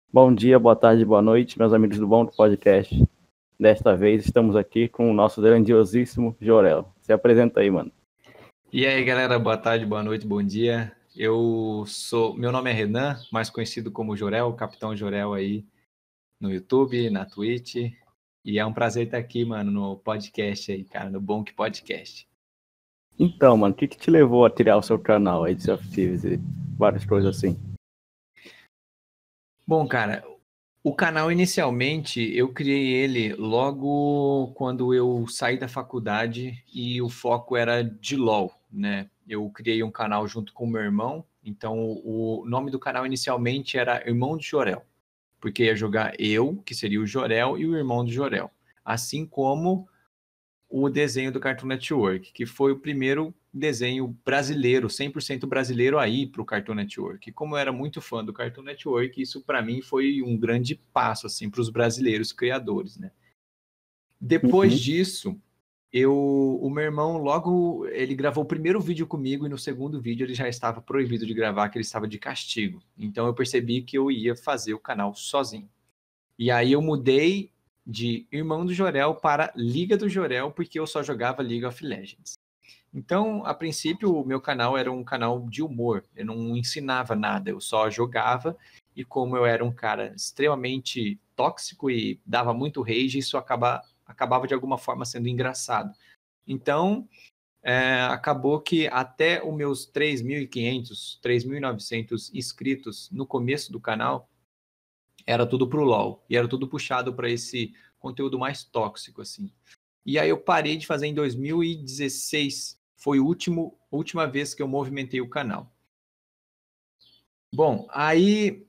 Bom dia, boa tarde, boa noite, meus amigos do Bom Podcast. Desta vez estamos aqui com o nosso grandiosíssimo Jorel. Se apresenta aí, mano. E aí, galera, boa tarde, boa noite, bom dia. Meu nome é Renan, mais conhecido como Jorel, Capitão Jorel aí no YouTube, na Twitch. E é um prazer estar aqui, mano, no podcast aí, cara, no Bonk Podcast. Então, mano, o que te levou a criar o seu canal aí de Sea of Thieves e várias coisas assim? Bom, cara, o canal inicialmente eu criei ele logo quando eu saí da faculdade e o foco era de LoL, né? Eu criei um canal junto com o meu irmão, então o nome do canal inicialmente era Irmão de Jorel, porque ia jogar eu, que seria o Jorel, e o irmão do Jorel. Assim como o desenho do Cartoon Network, que foi o primeiro desenho brasileiro, 100% brasileiro a ir para o Cartoon Network. E como eu era muito fã do Cartoon Network, isso para mim foi um grande passo assim, para os brasileiros criadores, né? Depois disso, o meu irmão logo, ele gravou o primeiro vídeo comigo e no segundo vídeo ele já estava proibido de gravar, que ele estava de castigo. Então eu percebi que eu ia fazer o canal sozinho. E aí eu mudei de Irmão do Jorel para Liga do Jorel, porque eu só jogava League of Legends. Então, a princípio, o meu canal era um canal de humor. Eu não ensinava nada, eu só jogava. E como eu era um cara extremamente tóxico e dava muito rage, isso acabava de alguma forma sendo engraçado. Então, acabou que até os meus 3.500, 3.900 inscritos no começo do canal, era tudo pro LoL. E era tudo puxado para esse conteúdo mais tóxico, assim. E aí eu parei de fazer em 2016. Foi a última vez que eu movimentei o canal. Bom, aí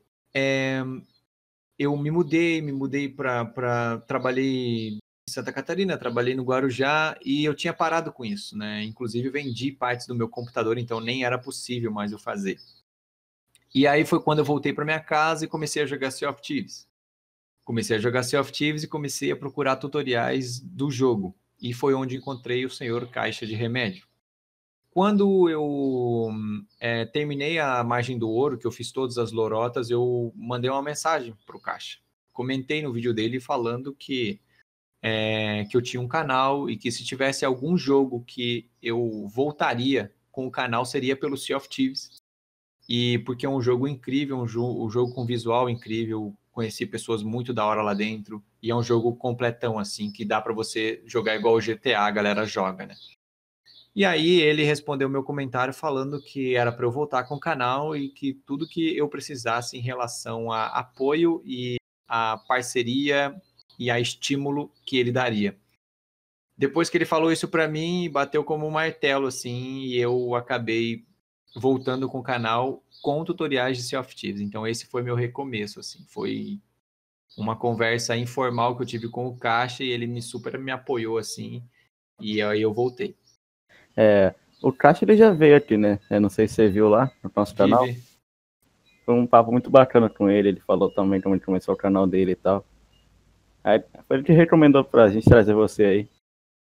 eu me mudei para... Trabalhei em Santa Catarina, trabalhei no Guarujá e eu tinha parado com isso, né? Inclusive vendi partes do meu computador, então nem era possível mais eu fazer. E aí foi quando eu voltei para minha casa e comecei a jogar Sea of Thieves. Comecei a jogar Sea of Thieves e comecei a procurar tutoriais do jogo. E foi onde encontrei o senhor Caixa de Remédio. Quando eu terminei a Margem do Ouro, que eu fiz todas as lorotas, eu mandei uma mensagem para o Caixa. Comentei no vídeo dele falando que eu tinha um canal e que se tivesse algum jogo que eu voltaria com o canal seria pelo Sea of Thieves. E porque é um jogo incrível, um jogo com visual incrível, conheci pessoas muito da hora lá dentro, e é um jogo completão, assim, que dá para você jogar igual o GTA, a galera joga, né? E aí ele respondeu meu comentário falando que era para eu voltar com o canal e que tudo que eu precisasse em relação a apoio e a parceria e a estímulo que ele daria. Depois que ele falou isso para mim, bateu como um martelo, assim, e eu acabei voltando com o canal com tutoriais de Sea of Thieves. Então esse foi meu recomeço, assim, foi uma conversa informal que eu tive com o Caixa e ele super me apoiou, assim, e aí eu voltei. O Caixa ele já veio aqui, né? Eu não sei se você viu lá no nosso canal. Foi um papo muito bacana com ele falou também como ele começou o canal dele e tal. Aí foi ele que recomendou pra gente trazer você aí.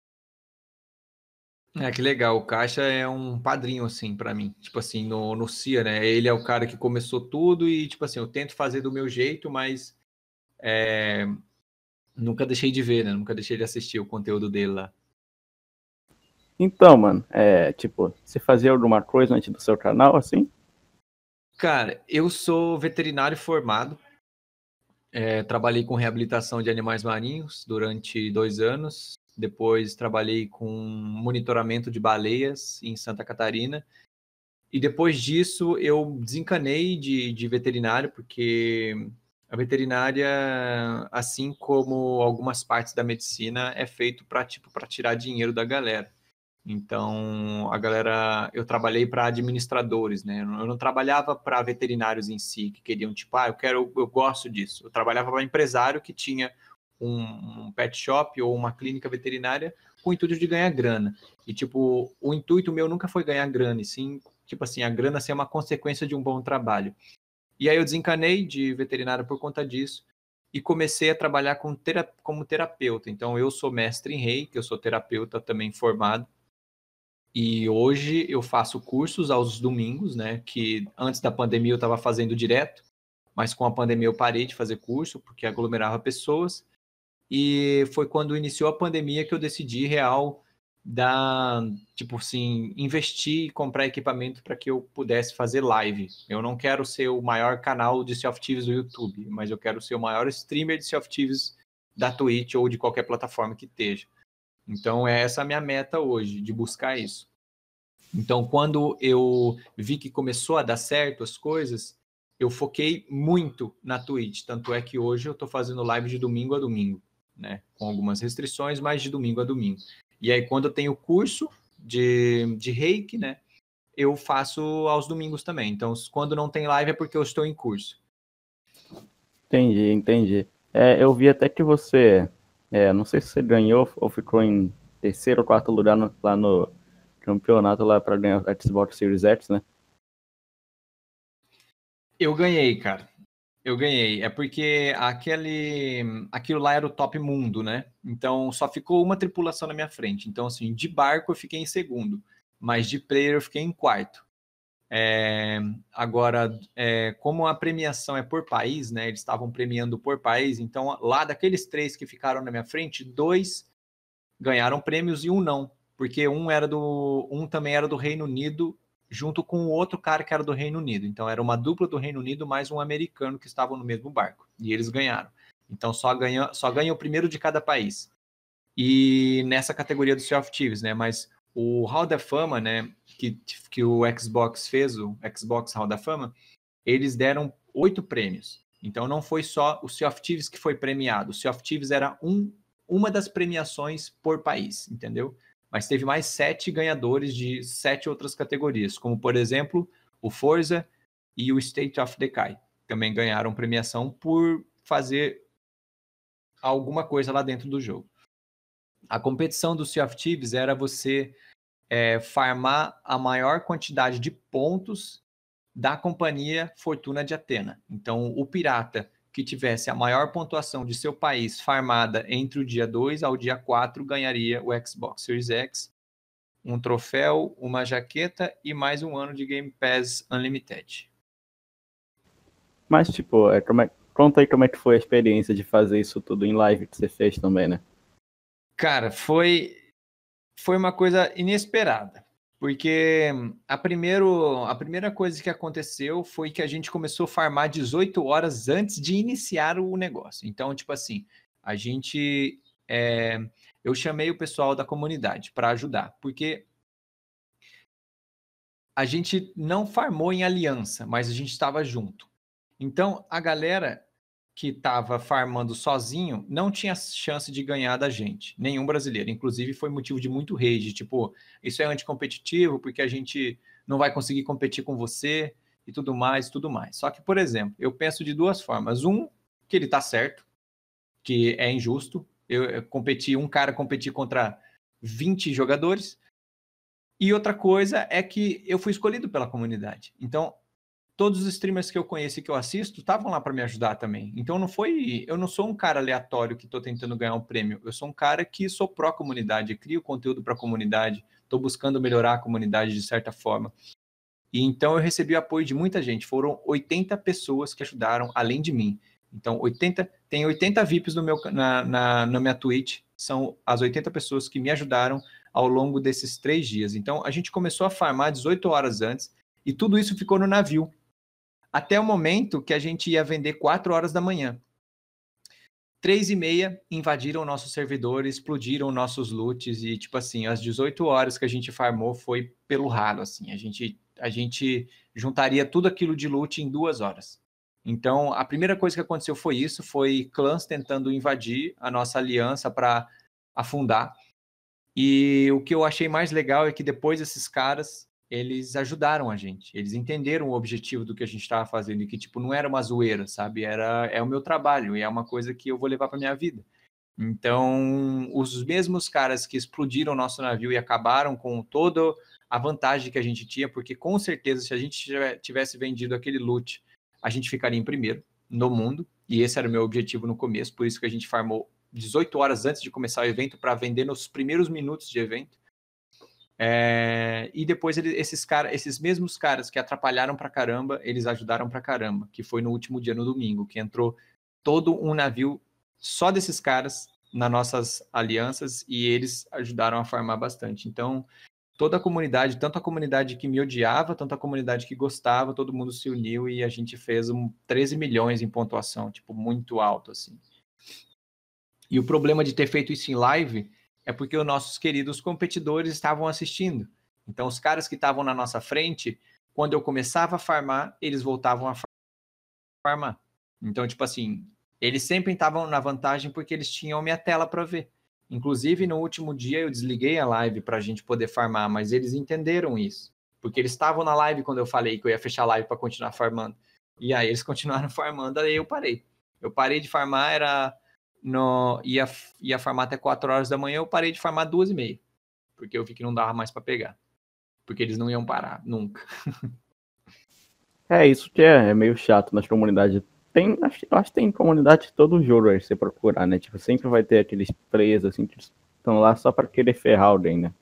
Que legal. O Caixa é um padrinho, assim, pra mim. Tipo assim, no CIA, né? Ele é o cara que começou tudo e, tipo assim, eu tento fazer do meu jeito, mas nunca deixei de ver, né? Nunca deixei de assistir o conteúdo dele lá. Então, mano, você fazia alguma coisa antes do seu canal, assim? Cara, eu sou veterinário formado. Trabalhei com reabilitação de animais marinhos durante 2 anos. Depois trabalhei com monitoramento de baleias em Santa Catarina. E depois disso eu desencanei de veterinário, porque a veterinária, assim como algumas partes da medicina, é feito para tirar dinheiro da galera. Então, eu trabalhei para administradores, né? Eu não trabalhava para veterinários em si, que queriam, tipo, eu gosto disso. Eu trabalhava para empresário que tinha um pet shop ou uma clínica veterinária com o intuito de ganhar grana. E, tipo, o intuito meu nunca foi ganhar grana, e sim, tipo assim, a grana ser uma consequência de um bom trabalho. E aí eu desencanei de veterinário por conta disso e comecei a trabalhar como terapeuta. Então, eu sou mestre em Reiki, eu sou terapeuta também formado. E hoje eu faço cursos aos domingos, né? Que antes da pandemia eu estava fazendo direto, mas com a pandemia eu parei de fazer curso, porque aglomerava pessoas, e foi quando iniciou a pandemia que eu decidi tipo assim, investir e comprar equipamento para que eu pudesse fazer live. Eu não quero ser o maior canal de Sea of Thieves do YouTube, mas eu quero ser o maior streamer de Sea of Thieves da Twitch ou de qualquer plataforma que esteja. Então, é essa a minha meta hoje, de buscar isso. Então, quando eu vi que começou a dar certo as coisas, eu foquei muito na Twitch. Tanto é que hoje eu estou fazendo live de domingo a domingo, né? Com algumas restrições, mas de domingo a domingo. E aí, quando eu tenho curso de reiki, né? Eu faço aos domingos também. Então, quando não tem live é porque eu estou em curso. Entendi. Eu vi até que você, não sei se você ganhou ou ficou em terceiro ou quarto lugar lá no campeonato lá para ganhar o Xbox Series X, né? Eu ganhei, cara. Eu ganhei. É porque aquilo lá era o top mundo, né? Então só ficou uma tripulação na minha frente. Então, assim, de barco eu fiquei em segundo, mas de player eu fiquei em quarto. Agora, como a premiação é por país, né? Eles estavam premiando por país, então lá daqueles 3 que ficaram na minha frente, 2 ganharam prêmios e um não, porque um também era do Reino Unido, junto com o outro cara que era do Reino Unido. Então era uma dupla do Reino Unido mais um americano que estavam no mesmo barco. E eles ganharam. Então só ganha o primeiro de cada país. E nessa categoria do Sea of Thieves, né? Mas o Hall da Fama, né? Que o Xbox fez, o Xbox Hall da Fama, eles deram 8 prêmios. Então não foi só o Sea of Thieves que foi premiado. O Sea of Thieves era uma das premiações por país, entendeu? Mas teve mais 7 ganhadores de 7 outras categorias, como, por exemplo, o Forza e o State of Decay. Também ganharam premiação por fazer alguma coisa lá dentro do jogo. A competição do Sea of Thieves era você farmar a maior quantidade de pontos da companhia Fortuna de Atena. Então, o pirata que tivesse a maior pontuação de seu país farmada entre o dia 2 ao dia 4 ganharia o Xbox Series X, um troféu, uma jaqueta e mais um ano de Game Pass Unlimited. Mas, tipo, conta aí como é que foi a experiência de fazer isso tudo em live que você fez também, né? Cara, foi uma coisa inesperada. Porque a primeira coisa que aconteceu foi que a gente começou a farmar 18 horas antes de iniciar o negócio. Então, tipo assim, eu chamei o pessoal da comunidade para ajudar, porque a gente não farmou em aliança, mas a gente estava junto. Então, a galera que estava farmando sozinho não tinha chance de ganhar da gente, nenhum brasileiro. Inclusive, foi motivo de muito rage, tipo, isso é anticompetitivo porque a gente não vai conseguir competir com você e tudo mais, tudo mais. Só que, por exemplo, eu penso de duas formas. Que ele está certo, que é injusto. Um cara competir contra 20 jogadores. E outra coisa é que eu fui escolhido pela comunidade. Então, todos os streamers que eu conheço e que eu assisto estavam lá para me ajudar também. Então eu não sou um cara aleatório que estou tentando ganhar um prêmio. Eu sou um cara que sou pró-comunidade, crio conteúdo para a comunidade, estou buscando melhorar a comunidade de certa forma. E então eu recebi o apoio de muita gente. Foram 80 pessoas que ajudaram além de mim. Então, tem 80 VIPs na minha Twitch. São as 80 pessoas que me ajudaram ao longo desses 3 dias. Então, a gente começou a farmar 18 horas antes e tudo isso ficou no navio. Até o momento que a gente ia vender 4 horas da manhã. 3h30 invadiram o nosso servidor, explodiram nossos loots e, tipo assim, as 18 horas que a gente farmou foi pelo ralo, assim. A gente juntaria tudo aquilo de loot em 2 horas. Então, a primeira coisa que aconteceu foi isso, foi clãs tentando invadir a nossa aliança para afundar. E o que eu achei mais legal é que depois esses caras, eles ajudaram a gente. Eles entenderam o objetivo do que a gente estava fazendo e que, tipo, não era uma zoeira, sabe? É o meu trabalho e é uma coisa que eu vou levar para minha vida. Então, os mesmos caras que explodiram o nosso navio e acabaram com toda a vantagem que a gente tinha, porque com certeza se a gente tivesse vendido aquele loot, a gente ficaria em primeiro no mundo, e esse era o meu objetivo no começo, por isso que a gente farmou 18 horas antes de começar o evento para vender nos primeiros minutos de evento. E depois esses mesmos caras que atrapalharam pra caramba, eles ajudaram pra caramba, que foi no último dia, no domingo, que entrou todo um navio só desses caras nas nossas alianças e eles ajudaram a farmar bastante. Então, toda a comunidade, tanto a comunidade que me odiava, tanto a comunidade que gostava, todo mundo se uniu e a gente fez 13 milhões em pontuação, tipo, muito alto, assim. E o problema de ter feito isso em live é porque os nossos queridos competidores estavam assistindo. Então, os caras que estavam na nossa frente, quando eu começava a farmar, eles voltavam a farmar. Então, tipo assim, eles sempre estavam na vantagem porque eles tinham minha tela para ver. Inclusive, no último dia, eu desliguei a live para a gente poder farmar, mas eles entenderam isso. Porque eles estavam na live quando eu falei que eu ia fechar a live para continuar farmando. E aí, eles continuaram farmando, aí eu parei. Eu parei de farmar, ia farmar até 4 horas da manhã, eu parei de farmar 2h30. Porque eu vi que não dava mais para pegar. Porque eles não iam parar, nunca. Isso que é meio chato nas comunidades. Acho que tem comunidade de todo jogo aí, você procurar, né? Tipo, sempre vai ter aqueles players assim que estão lá só pra querer ferrar alguém, né?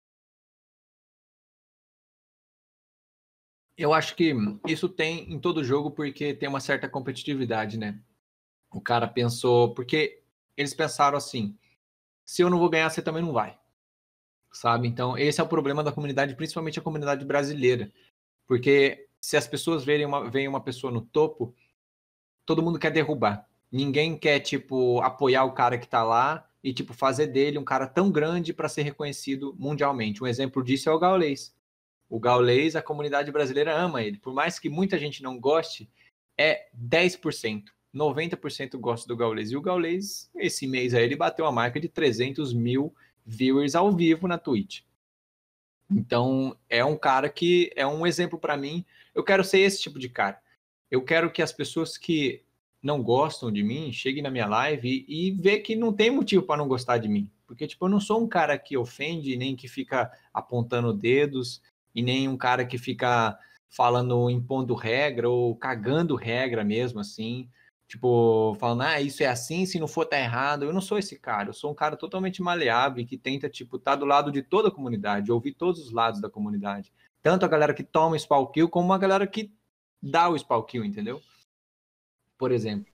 Eu acho que isso tem em todo jogo porque tem uma certa competitividade, né? O cara pensou, porque eles pensaram assim, se eu não vou ganhar, você também não vai, sabe? Então, esse é o problema da comunidade, principalmente a comunidade brasileira, porque se as pessoas veem uma pessoa no topo, todo mundo quer derrubar. Ninguém quer, tipo, apoiar o cara que tá lá e, tipo, fazer dele um cara tão grande para ser reconhecido mundialmente. Um exemplo disso é o Gaules. O Gaules, a comunidade brasileira ama ele. Por mais que muita gente não goste, é 10%. 90% gosta do Gaules. E o Gaules, esse mês aí, ele bateu a marca de 300 mil viewers ao vivo na Twitch. Então, é um cara que é um exemplo para mim. Eu quero ser esse tipo de cara. Eu quero que as pessoas que não gostam de mim cheguem na minha live e ver que não tem motivo para não gostar de mim. Porque, tipo, eu não sou um cara que ofende, nem que fica apontando dedos, e nem um cara que fica falando, impondo regra ou cagando regra mesmo, assim. Tipo, falando, isso é assim, se não for, tá errado. Eu não sou esse cara. Eu sou um cara totalmente maleável que tenta, tipo, estar do lado de toda a comunidade, ouvir todos os lados da comunidade. Tanto a galera que toma spawn kill, como a galera que dá o spawn kill, entendeu? Por exemplo.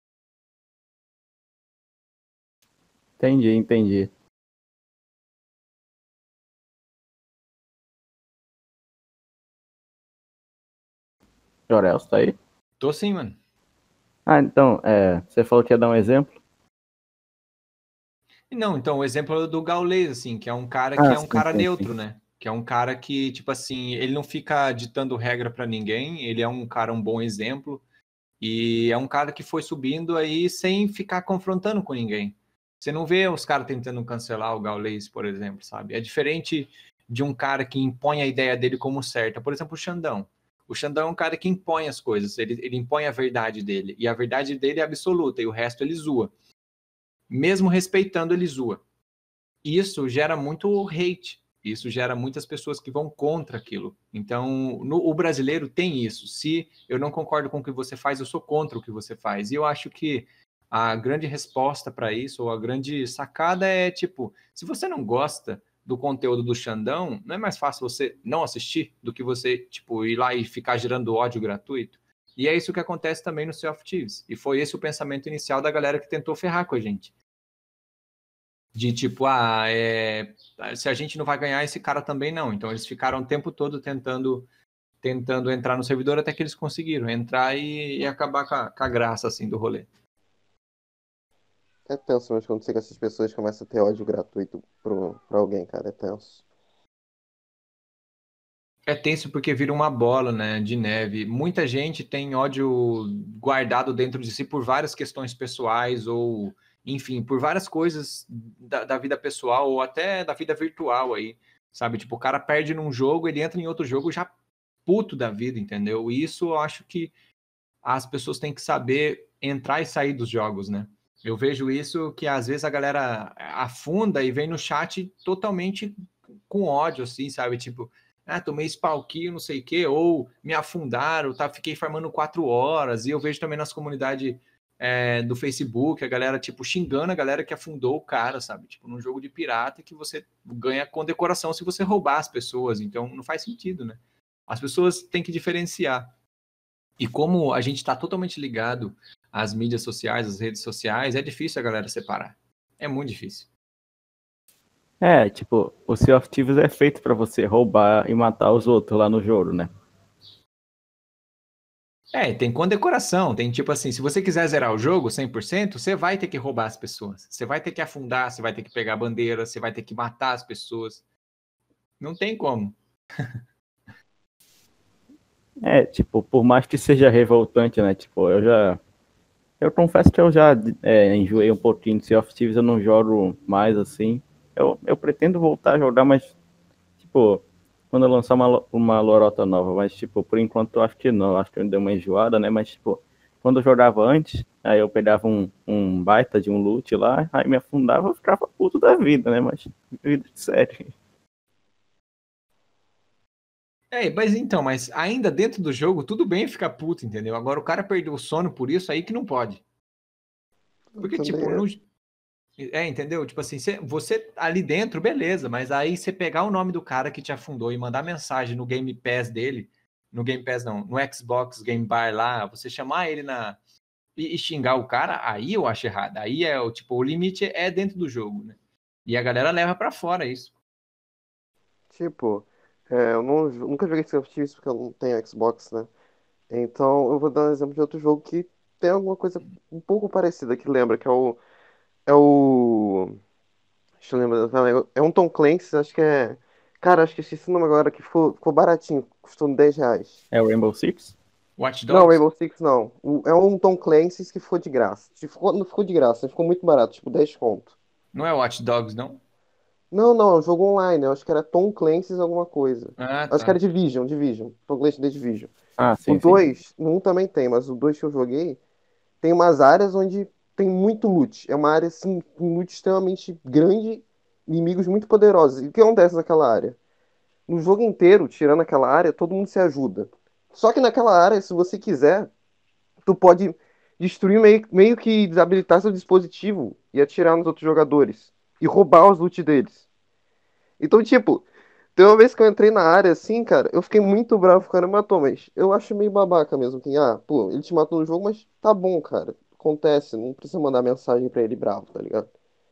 Entendi. Jorel, tá aí? Tô sim, mano. Então, você falou que ia dar um exemplo? Não, então, o exemplo é do Gaules, assim, que é um cara que é um cara neutro, sim. né? Que é um cara que, tipo assim, ele não fica ditando regra para ninguém, ele é um cara, um bom exemplo, e é um cara que foi subindo aí sem ficar confrontando com ninguém. Você não vê os caras tentando cancelar o Gaules, por exemplo, sabe? É diferente de um cara que impõe a ideia dele como certa. Por exemplo, o Xandão. O Xandão é um cara que impõe as coisas, ele impõe a verdade dele, e a verdade dele é absoluta, e o resto ele zoa. Mesmo respeitando, ele zoa. Isso gera muito hate, isso gera muitas pessoas que vão contra aquilo. Então, o brasileiro tem isso. Se eu não concordo com o que você faz, eu sou contra o que você faz. E eu acho que a grande resposta para isso, ou a grande sacada é, tipo, se você não gosta do conteúdo do Xandão, não é mais fácil você não assistir do que você, tipo, ir lá e ficar gerando ódio gratuito? E é isso que acontece também no Sea of Thieves. E foi esse o pensamento inicial da galera que tentou ferrar com a gente. De tipo, se a gente não vai ganhar, esse cara também não. Então eles ficaram o tempo todo tentando entrar no servidor até que eles conseguiram entrar e acabar com a graça assim do rolê. É tenso, mas quando essas pessoas começam a ter ódio gratuito pra alguém, cara, é tenso. É tenso porque vira uma bola, né, de neve. Muita gente tem ódio guardado dentro de si por várias questões pessoais ou, enfim, por várias coisas da vida pessoal ou até da vida virtual aí, sabe? Tipo, o cara perde num jogo, ele entra em outro jogo já puto da vida, entendeu? E isso eu acho que as pessoas têm que saber entrar e sair dos jogos, né? Eu vejo isso que às vezes a galera afunda e vem no chat totalmente com ódio, assim, sabe? Tipo, tomei spawn kill, não sei o quê, ou me afundaram, fiquei farmando 4 horas. E eu vejo também nas comunidades do Facebook, a galera, tipo, xingando a galera que afundou o cara, sabe? Tipo, num jogo de pirata que você ganha condecoração se você roubar as pessoas. Então, não faz sentido, né? As pessoas têm que diferenciar. E como a gente está totalmente ligado às mídias sociais, às redes sociais, é difícil a galera separar. É muito difícil. Tipo, o Sea of Thieves é feito pra você roubar e matar os outros lá no jogo, né? Tem condecoração, tem tipo assim, se você quiser zerar o jogo 100%, você vai ter que roubar as pessoas, você vai ter que afundar, você vai ter que pegar a bandeira, você vai ter que matar as pessoas. Não tem como. Tipo, por mais que seja revoltante, né? Tipo, eu confesso que eu já enjoei um pouquinho de Sea of Thieves, eu não jogo mais assim. Eu pretendo voltar a jogar, mas, tipo, quando eu lançar uma lorota nova, mas, tipo, por enquanto eu acho que não, acho que eu dei uma enjoada, né? Mas, tipo, quando eu jogava antes, aí eu pegava um baita de um loot lá, aí me afundava, eu ficava puto da vida, né? Mas, vida de série. Mas ainda dentro do jogo, tudo bem ficar puto, entendeu? Agora o cara perdeu o sono por isso, aí que não pode. Porque, tipo, entendeu? Tipo assim, você ali dentro, beleza, mas aí você pegar o nome do cara que te afundou e mandar mensagem no Game Pass dele, no Game Pass não, no Xbox Game Bar lá, você chamar ele e xingar o cara, aí eu acho errado. Aí o limite é dentro do jogo, né? E a galera leva pra fora isso. Tipo, eu nunca joguei Sea of Thieves porque eu não tenho Xbox, né? Então eu vou dar um exemplo de outro jogo que tem alguma coisa um pouco parecida que lembra, que é o. Deixa eu lembrar. É um Tom Clancy, acho que é. Cara, acho que esqueci o nome agora, que ficou baratinho, custou R$ 10. É o Rainbow Six? Watch Não, Dogs? Rainbow Six não. É um Tom Clancy que ficou de graça. Não ficou de graça, ficou muito barato, tipo 10 conto. Não é Watch Dogs, não? Não, não, é um jogo online, eu acho que era Tom Clancy's alguma coisa. Ah, Acho que era tá. Division. Tom Clancy The Division. Ah, O sim, sim. 2 no 1 também tem, mas o 2 que eu joguei, tem umas áreas onde tem muito loot. É uma área, assim, com loot extremamente grande, inimigos muito poderosos. E o que acontece naquela área? No jogo inteiro, tirando aquela área, todo mundo se ajuda. Só que naquela área, se você quiser, tu pode destruir meio que desabilitar seu dispositivo e atirar nos outros jogadores. E roubar os loot deles. Então, tipo, tem uma vez que eu entrei na área assim, cara, eu fiquei muito bravo, o cara me matou, mas eu acho meio babaca mesmo. Que, pô, ele te matou no jogo, mas tá bom, cara. Acontece, não precisa mandar mensagem pra ele bravo, tá ligado?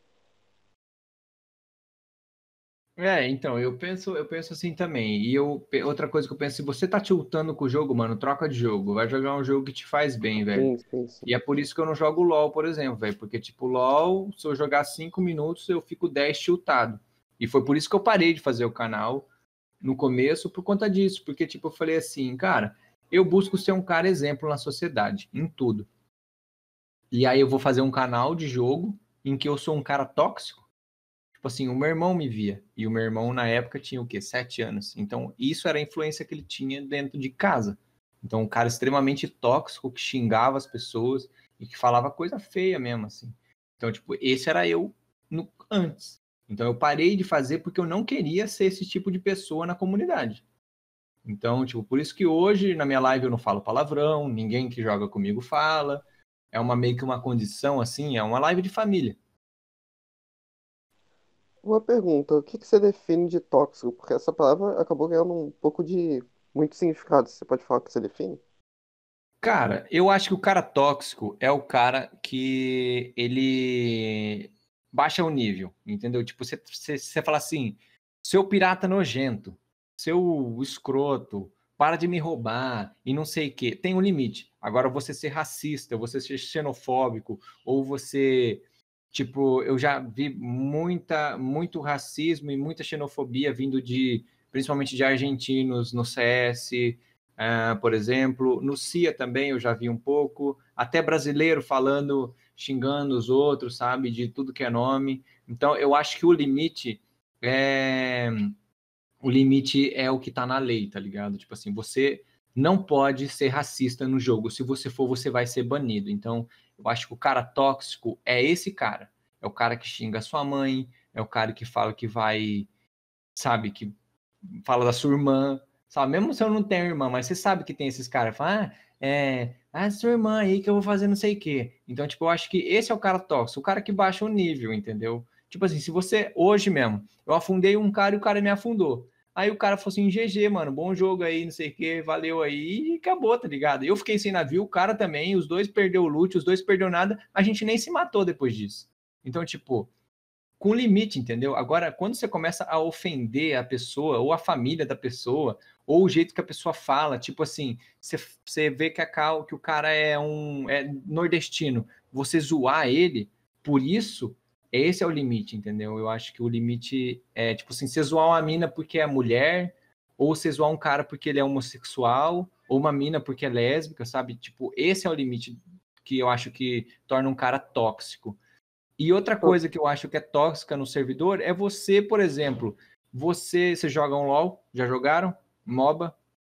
Então, eu penso assim também. Outra coisa que eu penso, se você tá tiltando com o jogo, mano, troca de jogo. Vai jogar um jogo que te faz bem, velho. Sim, sim, sim. E é por isso que eu não jogo LoL, por exemplo, velho. Porque, tipo, LoL, se eu jogar 5 minutos, eu fico 10 tiltado. E foi por isso que eu parei de fazer o canal no começo, por conta disso. Porque, tipo, eu falei assim, cara, eu busco ser um cara exemplo na sociedade, em tudo. E aí eu vou fazer um canal de jogo em que eu sou um cara tóxico. Tipo assim, o meu irmão me via. E o meu irmão, na época, tinha o quê? 7 anos. Então, isso era a influência que ele tinha dentro de casa. Então, um cara extremamente tóxico, que xingava as pessoas e que falava coisa feia mesmo, assim. Então, tipo, esse era eu antes. Então, eu parei de fazer porque eu não queria ser esse tipo de pessoa na comunidade. Então, tipo, por isso que hoje, na minha live, eu não falo palavrão, ninguém que joga comigo fala. É meio que uma condição, assim, é uma live de família. Uma pergunta, o que que você define de tóxico? Porque essa palavra acabou ganhando um pouco de muito significado. Você pode falar o que você define? Cara, eu acho que o cara tóxico é o cara que ele baixa o nível, entendeu? Tipo, você fala assim, seu pirata nojento, seu escroto, para de me roubar e não sei o quê. Tem um limite. Agora, você ser racista, você ser xenofóbico, ou você, tipo, eu já vi muito racismo e muita xenofobia vindo principalmente de argentinos no CS, por exemplo. No CIA também eu já vi um pouco, até brasileiro falando, xingando os outros, sabe, de tudo que é nome. Então, eu acho que o limite é o que está na lei, tá ligado? Tipo assim, você não pode ser racista no jogo. Se você for, você vai ser banido. Então, eu acho que o cara tóxico é esse cara. É o cara que xinga a sua mãe, é o cara que fala que vai, sabe, que fala da sua irmã, sabe? Mesmo se eu não tenho irmã, mas você sabe que tem esses caras, fala, sua irmã aí que eu vou fazer não sei o quê. Então, tipo, eu acho que esse é o cara tóxico, o cara que baixa o nível, entendeu? Tipo assim, se você, hoje mesmo, eu afundei um cara e o cara me afundou. Aí o cara falou assim, GG, mano, bom jogo aí, não sei o quê, valeu aí, e acabou, tá ligado? Eu fiquei sem navio, o cara também, os dois perdeu o loot, os dois perdeu nada, a gente nem se matou depois disso. Então, tipo, com limite, entendeu? Agora, quando você começa a ofender a pessoa, ou a família da pessoa, ou o jeito que a pessoa fala, tipo assim, você vê que o cara é nordestino, você zoar ele, por isso, esse é o limite, entendeu? Eu acho que o limite é, tipo assim, você zoar uma mina porque é mulher, ou você zoar um cara porque ele é homossexual, ou uma mina porque é lésbica, sabe? Tipo, esse é o limite que eu acho que torna um cara tóxico. E outra coisa que eu acho que é tóxica no servidor é você, por exemplo, você joga um LoL? Já jogaram? MOBA?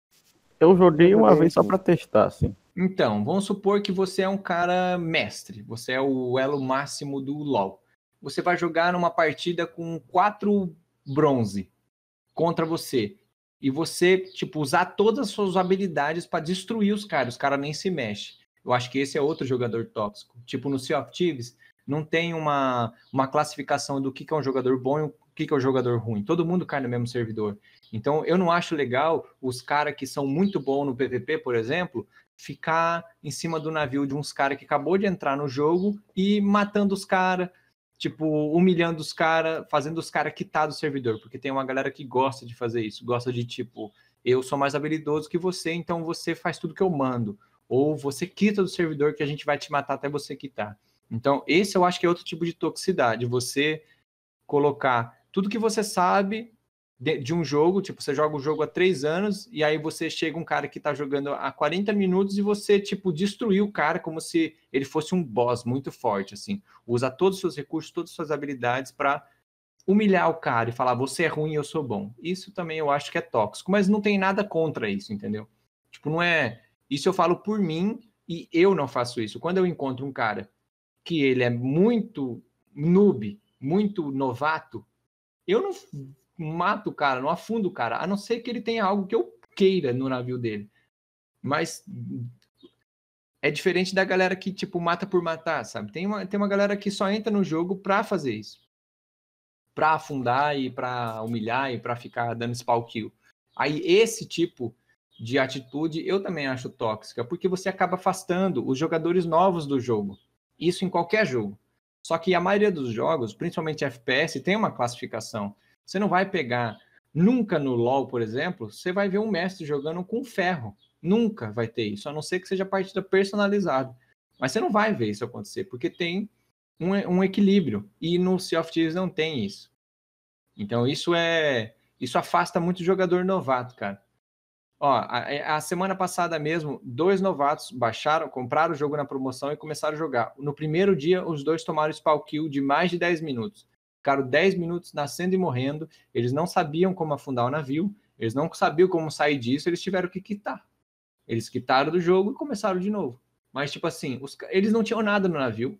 Eu joguei uma vez só pra testar, assim. Então, vamos supor que você é um cara mestre, você é o elo máximo do LoL. Você vai jogar numa partida com 4 bronze contra você. E você, tipo, usar todas as suas habilidades para destruir os caras nem se mexem. Eu acho que esse é outro jogador tóxico. Tipo, no Sea of Thieves, não tem uma classificação do que é um jogador bom e o que é um jogador ruim. Todo mundo cai no mesmo servidor. Então, eu não acho legal os caras que são muito bons no PVP, por exemplo, ficar em cima do navio de uns caras que acabou de entrar no jogo e matando os caras, tipo, humilhando os caras, fazendo os caras quitar do servidor, porque tem uma galera que gosta de fazer isso, gosta de, tipo, eu sou mais habilidoso que você, então você faz tudo que eu mando, ou você quita do servidor que a gente vai te matar até você quitar. Então, esse eu acho que é outro tipo de toxicidade, você colocar tudo que você sabe de um jogo, tipo, você joga o jogo há 3 anos e aí você chega um cara que tá jogando há 40 minutos e você, tipo, destruiu o cara como se ele fosse um boss muito forte, assim. Usa todos os seus recursos, todas as suas habilidades para humilhar o cara e falar, você é ruim e eu sou bom. Isso também eu acho que é tóxico, mas não tem nada contra isso, entendeu? Tipo, não é... Isso eu falo por mim e eu não faço isso. Quando eu encontro um cara que ele é muito noob, muito novato, eu não mato o cara, não afundo o cara, a não ser que ele tenha algo que eu queira no navio dele. Mas é diferente da galera que, tipo, mata por matar, sabe? Tem uma galera que só entra no jogo pra fazer isso. Pra afundar e pra humilhar e pra ficar dando spawn kill. Aí esse tipo de atitude eu também acho tóxica, porque você acaba afastando os jogadores novos do jogo. Isso em qualquer jogo. Só que a maioria dos jogos, principalmente FPS, tem uma classificação. Você não vai pegar, nunca no LoL, por exemplo, você vai ver um mestre jogando com ferro. Nunca vai ter isso, a não ser que seja partida personalizada. Mas você não vai ver isso acontecer, porque tem um equilíbrio. E no Sea of Thieves não tem isso. Então isso afasta muito o jogador novato, cara. Ó, a semana passada mesmo, 2 novatos compraram o jogo na promoção e começaram a jogar. No primeiro dia, os dois tomaram spawn kill de mais de 10 minutos. Ficaram 10 minutos nascendo e morrendo. Eles não sabiam como afundar o navio. Eles não sabiam como sair disso. Eles tiveram que quitar. Eles quitaram do jogo e começaram de novo. Mas, tipo assim, eles não tinham nada no navio.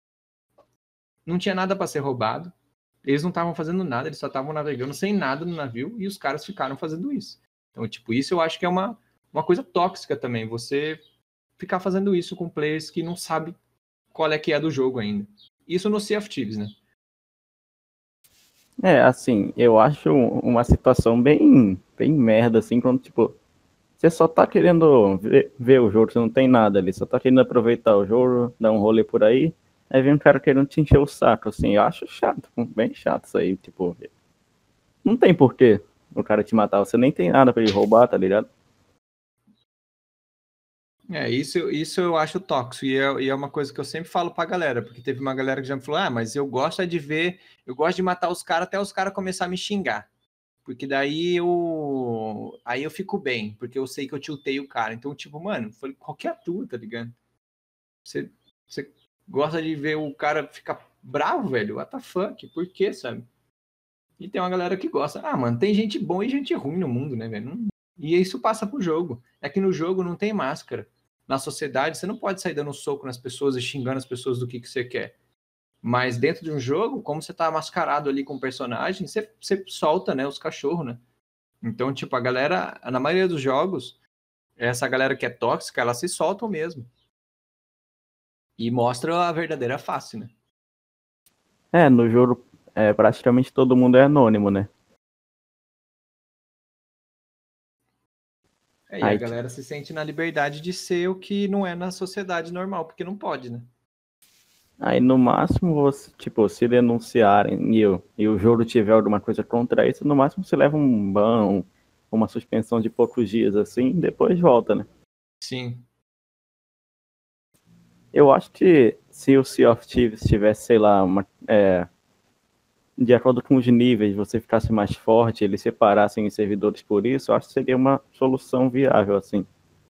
Não tinha nada para ser roubado. Eles não estavam fazendo nada. Eles só estavam navegando sem nada no navio. E os caras ficaram fazendo isso. Então, tipo, isso eu acho que é uma coisa tóxica também, você ficar fazendo isso com players que não sabem qual é que é do jogo ainda. Isso no Sea of Thieves, né? É, assim, eu acho uma situação bem merda, assim, quando, tipo, você só tá querendo ver o jogo, você não tem nada ali, só tá querendo aproveitar o jogo, dar um rolê por aí vem um cara querendo te encher o saco, assim, eu acho chato, bem chato isso aí, tipo, não tem porquê o cara te matar, você nem tem nada pra ele roubar, tá ligado? Isso eu acho tóxico, e é uma coisa que eu sempre falo pra galera, porque teve uma galera que já me falou, mas eu gosto de ver, eu gosto de matar os caras até os caras começarem a me xingar, porque daí aí eu fico bem, porque eu sei que eu tiltei o cara, então tipo, mano, foi qualquer tua, tá ligado? Você gosta de ver o cara ficar bravo, velho, what the fuck, por quê, sabe? E tem uma galera que gosta. Mano, tem gente boa e gente ruim no mundo, né, velho? E isso passa pro jogo. É que no jogo não tem máscara. Na sociedade, você não pode sair dando um soco nas pessoas e xingando as pessoas do que você quer. Mas dentro de um jogo, como você tá mascarado ali com o personagem, você solta, né, os cachorros, né? Então, tipo, a galera, na maioria dos jogos, Essa galera que é tóxica, elas se soltam mesmo. E mostra a verdadeira face, né? No jogo, praticamente todo mundo é anônimo, né? E a galera se sente na liberdade de ser o que não é na sociedade normal, porque não pode, né? Aí no máximo, você, tipo, se denunciarem e o jogo tiver alguma coisa contra isso, no máximo você leva um ban, uma suspensão de poucos dias assim, e depois volta, né? Sim. Eu acho que se o Sea of Thieves tivesse, sei lá, de acordo com os níveis, você ficasse mais forte, eles separassem os servidores por isso, eu acho que seria uma solução viável, assim.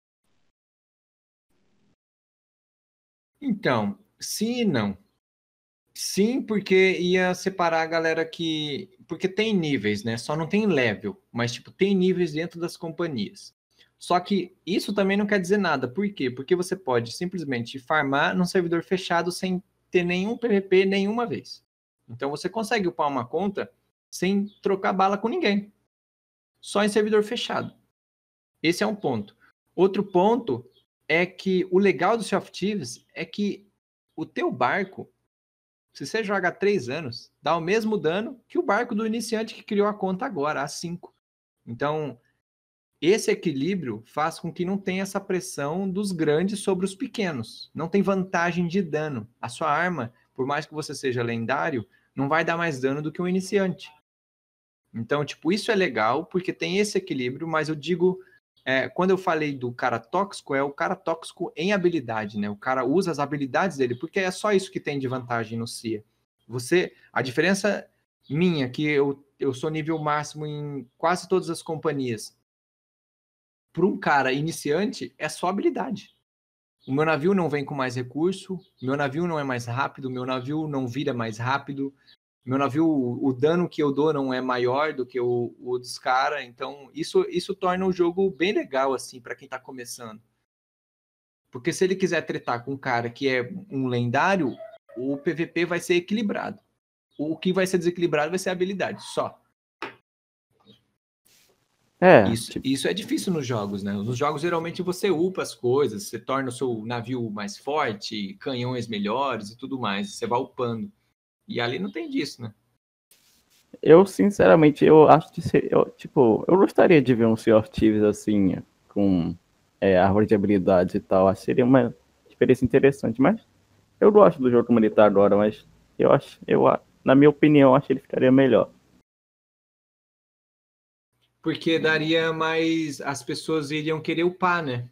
Então, sim e não. Sim, porque ia separar a galera que... Porque tem níveis, né? Só não tem level, mas, tipo, tem níveis dentro das companhias. Só que isso também não quer dizer nada. Por quê? Porque você pode simplesmente farmar num servidor fechado sem ter nenhum PVP nenhuma vez. Então, você consegue upar uma conta sem trocar bala com ninguém. Só em servidor fechado. Esse é um ponto. Outro ponto é que o legal do Sea of Thieves é que o teu barco, se você joga há 3 anos, dá o mesmo dano que o barco do iniciante que criou a conta agora, há 5. Então, esse equilíbrio faz com que não tenha essa pressão dos grandes sobre os pequenos. Não tem vantagem de dano. A sua arma, por mais que você seja lendário, não vai dar mais dano do que um iniciante. Então, tipo, isso é legal porque tem esse equilíbrio, mas eu digo, quando eu falei do cara tóxico, é o cara tóxico em habilidade, né? O cara usa as habilidades dele, porque é só isso que tem de vantagem no CIA. A diferença minha, que eu sou nível máximo em quase todas as companhias, para um cara iniciante, é só habilidade. O meu navio não vem com mais recurso, o meu navio não é mais rápido, o meu navio não vira mais rápido, meu navio, o dano que eu dou não é maior do que o dos caras, então isso torna o jogo bem legal, assim, para quem tá começando. Porque se ele quiser tretar com um cara que é um lendário, o PVP vai ser equilibrado. O que vai ser desequilibrado vai ser a habilidade, só. Isso é difícil nos jogos, né? Nos jogos, geralmente, você upa as coisas, você torna o seu navio mais forte, canhões melhores e tudo mais, você vai upando. E ali não tem disso, né? Eu, sinceramente, eu acho que eu gostaria de ver um Sea of Thieves assim, com árvore de habilidades e tal. Acho que seria uma experiência interessante, mas eu gosto do jogo como ele tá agora, mas na minha opinião, acho que ele ficaria melhor. Porque daria mais... As pessoas iriam querer upar, né?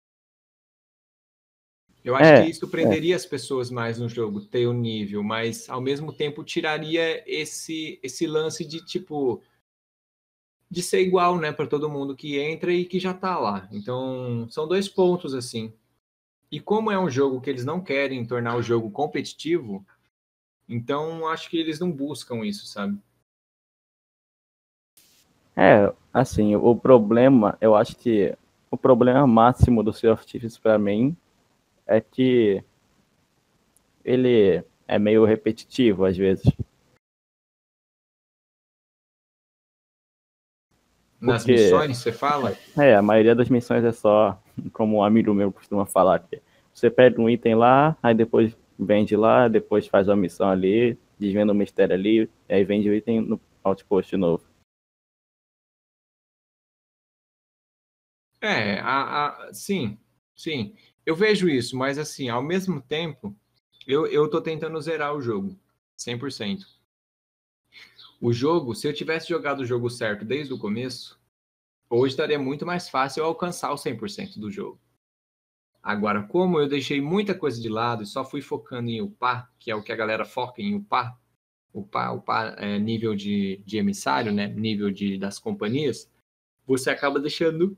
Eu acho que isso prenderia as pessoas mais no jogo, ter o nível, mas ao mesmo tempo tiraria esse lance de tipo de ser igual, né, para todo mundo que entra e que já tá lá. Então, são 2 pontos assim. E como é um jogo que eles não querem tornar o jogo competitivo, então acho que eles não buscam isso, sabe? Assim, o problema, eu acho que o problema máximo do Sea of Thieves pra mim é que ele é meio repetitivo às vezes. Nas missões, você fala? A maioria das missões é só, como um amigo meu costuma falar, que você pega um item lá, aí depois vende lá, depois faz uma missão ali, desvenda o mistério ali, aí vende o item no outpost de novo. Sim, sim. Eu vejo isso, mas assim, ao mesmo tempo, eu tô tentando zerar o jogo, 100%. O jogo, se eu tivesse jogado o jogo certo desde o começo, hoje estaria muito mais fácil eu alcançar o 100% do jogo. Agora, como eu deixei muita coisa de lado e só fui focando em upar, que é o que a galera foca em upar nível de emissário, né? Nível das companhias, você acaba deixando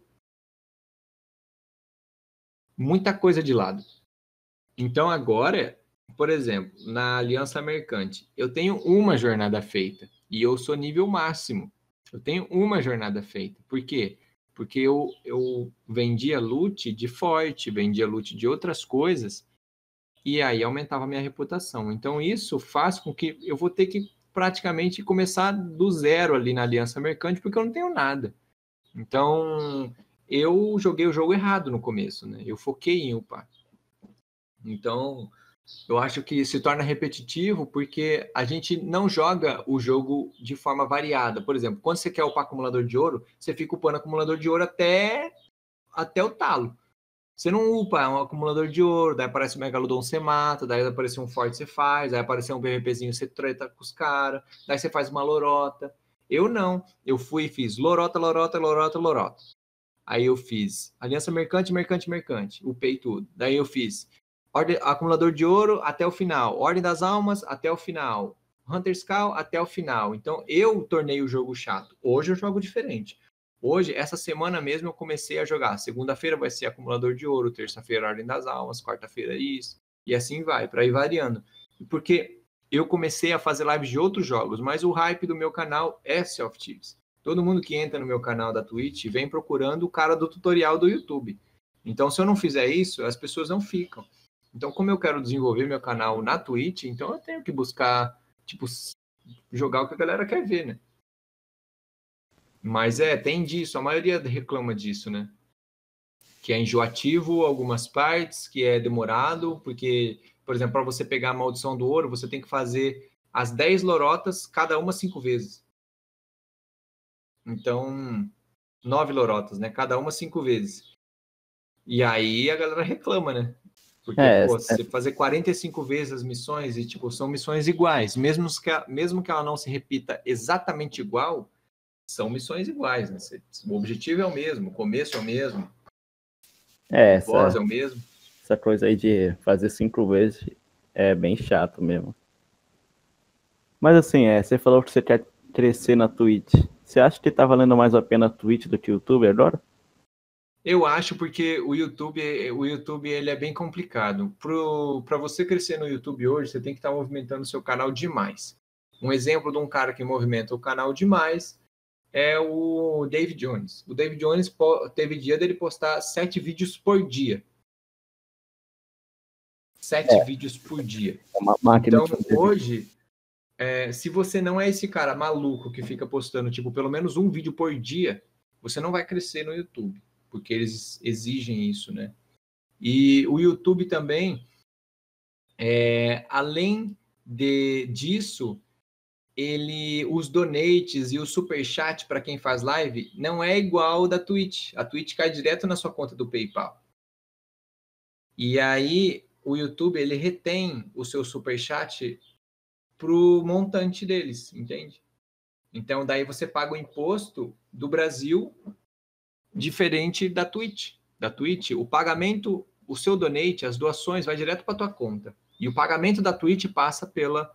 muita coisa de lado. Então agora, por exemplo, na Aliança Mercante, eu tenho uma jornada feita e eu sou nível máximo. Eu tenho uma jornada feita. Por quê? Porque eu vendia loot de forte, vendia loot de outras coisas e aí aumentava a minha reputação. Então isso faz com que eu vou ter que praticamente começar do zero ali na Aliança Mercante porque eu não tenho nada. Então eu joguei o jogo errado no começo, né? Eu foquei em upar. Então, eu acho que se torna repetitivo porque a gente não joga o jogo de forma variada. Por exemplo, quando você quer upar acumulador de ouro, você fica upando acumulador de ouro até o talo. Você não upa um acumulador de ouro, daí aparece um Megalodon, você mata, daí aparece um Forte, você faz, daí aparece um PVPzinho, você treta com os caras, daí você faz uma lorota. Eu não. Eu fui e fiz lorota, lorota, lorota, lorota. Aí eu fiz aliança mercante, mercante, mercante. Upei tudo. Daí eu fiz acumulador de ouro até o final. Ordem das almas até o final. Hunter's Call até o final. Então eu tornei o jogo chato. Hoje eu jogo diferente. Hoje, essa semana mesmo, eu comecei a jogar. Segunda-feira vai ser acumulador de ouro, terça-feira Ordem das Almas, quarta-feira isso. E assim vai, para ir variando. Porque eu comecei a fazer lives de outros jogos, mas o hype do meu canal é Sea of Thieves. Todo mundo que entra no meu canal da Twitch vem procurando o cara do tutorial do YouTube. Então, se eu não fizer isso, as pessoas não ficam. Então, como eu quero desenvolver meu canal na Twitch, então eu tenho que buscar, tipo, jogar o que a galera quer ver, né? Mas tem disso, a maioria reclama disso, né? Que é enjoativo algumas partes, que é demorado, porque, por exemplo, para você pegar a maldição do ouro, você tem que fazer as 10 lorotas, cada uma 5 vezes. Então, 9 lorotas, né? Cada uma 5 vezes. E aí a galera reclama, né? Porque, você fazer 45 vezes as missões e, tipo, são missões iguais. Mesmo que ela não se repita exatamente igual, são missões iguais, né? O objetivo é o mesmo, o começo é o mesmo. O boss é o mesmo. Essa coisa aí de fazer 5 vezes é bem chato mesmo. Mas assim, você falou que você quer crescer na Twitch. Você acha que tá valendo mais a pena a Twitch do que o YouTube agora? Eu acho porque o YouTube ele é bem complicado. Para você crescer no YouTube hoje, você tem que estar movimentando o seu canal demais. Um exemplo de um cara que movimenta o canal demais é o David Jones. O David Jones teve dia dele postar 7 vídeos por dia. 7 vídeos por dia. Então, hoje, se você não é esse cara maluco que fica postando, tipo, pelo menos um vídeo por dia, você não vai crescer no YouTube, porque eles exigem isso, né? E o YouTube também, além disso, os donates e o superchat para quem faz live não é igual ao da Twitch. A Twitch cai direto na sua conta do PayPal. E aí, o YouTube, ele retém o seu superchat pro montante deles, entende? Então, daí você paga o imposto do Brasil diferente da Twitch. Da Twitch, o pagamento, o seu donate, as doações, vai direto para tua conta. E o pagamento da Twitch passa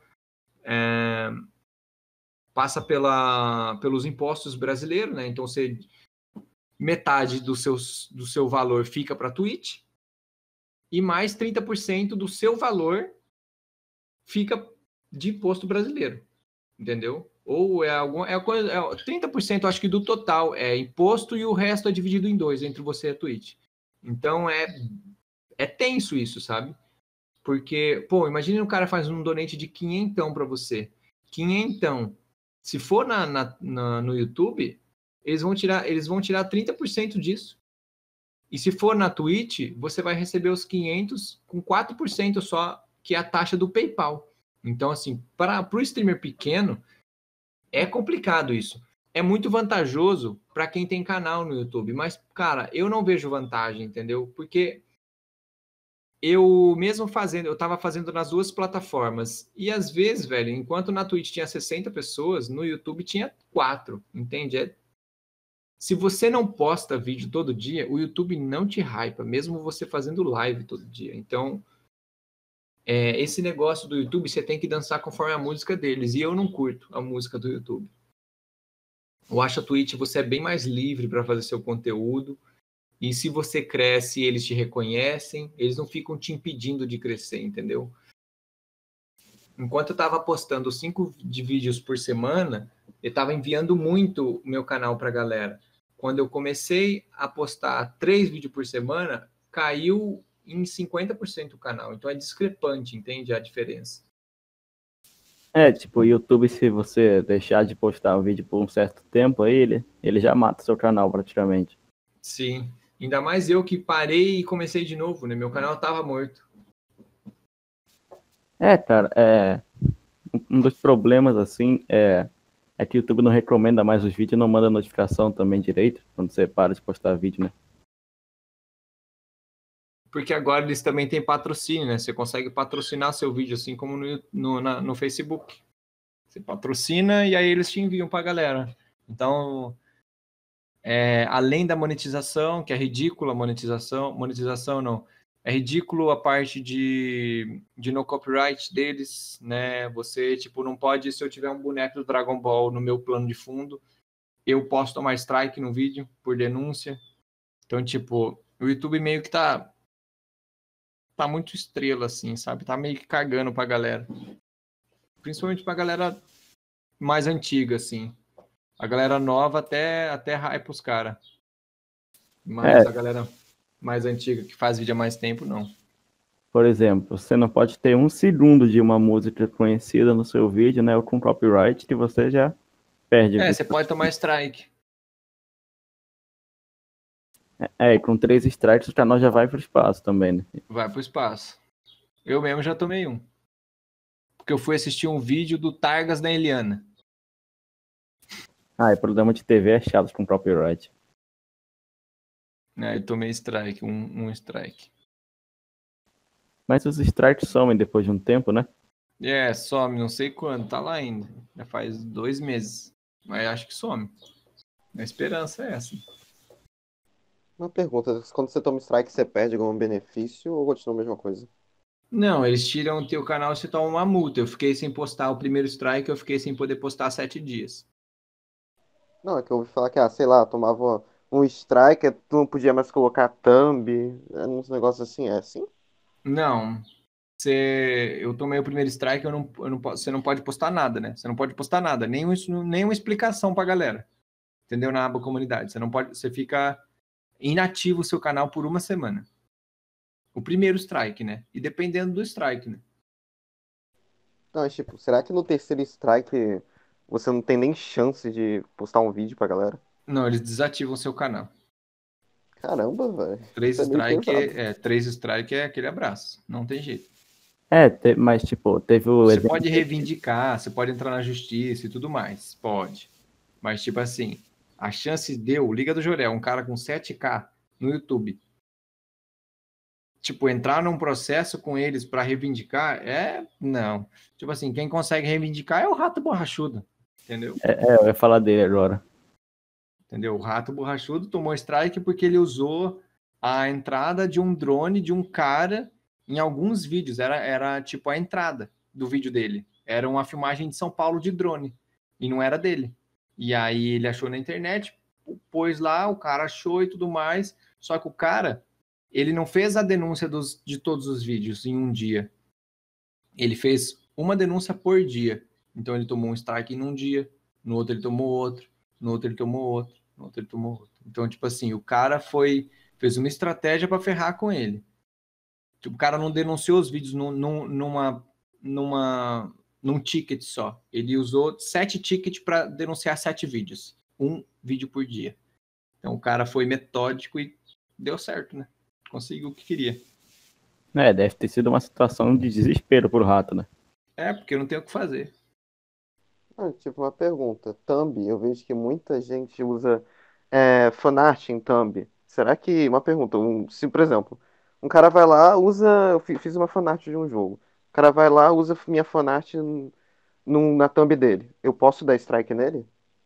pelos impostos brasileiros, né? Então, metade do seu valor fica para a Twitch e mais 30% do seu valor fica de imposto brasileiro, entendeu? Ou 30%, acho que do total é imposto e o resto é dividido em 2 entre você e a Twitch. Então é tenso isso, sabe? Porque, imagine um cara faz um donate de 500 para você. 500. Se for no YouTube, eles vão tirar 30% disso. E se for na Twitch, você vai receber os 500 com 4% só, que é a taxa do PayPal. Então, assim, para o streamer pequeno, é complicado isso. É muito vantajoso para quem tem canal no YouTube. Mas, cara, eu não vejo vantagem, entendeu? Porque eu estava fazendo nas duas plataformas. E às vezes, velho, enquanto na Twitch tinha 60 pessoas, no YouTube tinha 4, entende? Se você não posta vídeo todo dia, o YouTube não te hypa, mesmo você fazendo live todo dia. Então, esse negócio do YouTube, você tem que dançar conforme a música deles. E eu não curto a música do YouTube. Eu acho a Twitch, você é bem mais livre para fazer seu conteúdo. E se você cresce, eles te reconhecem, eles não ficam te impedindo de crescer, entendeu? Enquanto eu estava postando 5 vídeos por semana, eu estava enviando muito o meu canal para a galera. Quando eu comecei a postar 3 vídeos por semana, caiu em 50% o canal. Então é discrepante, entende a diferença? Tipo, o YouTube, se você deixar de postar um vídeo por um certo tempo, aí ele já mata o seu canal praticamente. Sim. Ainda mais eu que parei e comecei de novo, né? Meu canal tava morto. Cara, um dos problemas, assim, é que o YouTube não recomenda mais os vídeos e não manda notificação também direito, quando você para de postar vídeo, né? Porque agora eles também têm patrocínio, né? Você consegue patrocinar seu vídeo, assim como no Facebook. Você patrocina e aí eles te enviam pra galera. Então, além da monetização, que é ridícula a monetização não, é ridículo a parte de no copyright deles, né? Você, tipo, não pode, se eu tiver um boneco do Dragon Ball no meu plano de fundo, eu posso tomar strike no vídeo por denúncia. Então, tipo, o YouTube meio que tá muito estrela, assim, sabe? Tá meio que cagando pra galera. Principalmente pra galera mais antiga, assim. A galera nova até hype os caras. Mas a galera mais antiga, que faz vídeo há mais tempo, não. Por exemplo, você não pode ter 1 segundo de uma música conhecida no seu vídeo, né? Ou com copyright, que você já perde o vídeo. Você pode tomar strike. E com 3 strikes o canal já vai pro espaço também, né? Vai pro espaço. Eu mesmo já tomei um. Porque eu fui assistir um vídeo do Targas da Eliana. Programa de TV é chato com copyright. Eu tomei strike, um strike. Mas os strikes somem depois de um tempo, né? Some, não sei quando, tá lá ainda. Já faz 2 meses. Mas acho que some. A esperança é essa. Uma pergunta, quando você toma strike, você perde algum benefício ou continua a mesma coisa? Não, eles tiram o teu canal e você toma uma multa. Eu fiquei sem postar o primeiro strike, eu fiquei sem poder postar 7 dias. Não, é que eu ouvi falar que, sei lá, tomava um strike, tu não podia mais colocar thumb, uns negócios assim, é assim? Não. Eu tomei o primeiro strike, você não pode postar nada, né? Você não pode postar nada, nenhuma explicação pra galera. Entendeu? Na aba comunidade. Você fica inativo o seu canal por 1 semana. O primeiro strike, né? E dependendo do strike, né? Não, tipo, será que no terceiro strike você não tem nem chance de postar um vídeo pra galera? Não, eles desativam o seu canal. Caramba, velho. 3 Isso é meio strike pesado. 3 strike é aquele abraço. Não tem jeito. Mas tipo, teve o Você exemplo. pode reivindicar, você pode entrar na justiça e tudo mais. Pode. Mas, tipo assim, a chance Liga do Jorel, um cara com 7K no YouTube, tipo, entrar num processo com eles para reivindicar, não. Tipo assim, quem consegue reivindicar é o Rato Borrachudo, entendeu? Eu ia falar dele agora. Entendeu? O Rato Borrachudo tomou strike porque ele usou a entrada de um drone de um cara em alguns vídeos. Era tipo a entrada do vídeo dele. Era uma filmagem de São Paulo de drone. E não era dele. E aí ele achou na internet, pôs lá, o cara achou e tudo mais. Só que o cara, ele não fez a denúncia de todos os vídeos em um dia. Ele fez uma denúncia por dia. Então ele tomou um strike em um dia, no outro ele tomou outro, no outro ele tomou outro, no outro ele tomou outro. Então, tipo assim, o cara fez uma estratégia para ferrar com ele. Tipo, o cara não denunciou os vídeos num ticket só. Ele usou 7 tickets para denunciar 7 vídeos. Um vídeo por dia. Então o cara foi metódico e deu certo, né? Conseguiu o que queria. Deve ter sido uma situação de desespero pro rato, né? Porque eu não tenho o que fazer. Tipo, uma pergunta. Thumb, eu vejo que muita gente usa fanart em thumb. Será que, uma pergunta, se, por exemplo, um cara vai lá, usa, eu fiz uma fanart de um jogo. O cara vai lá, usa minha fanart na thumb dele. Eu posso dar strike nele?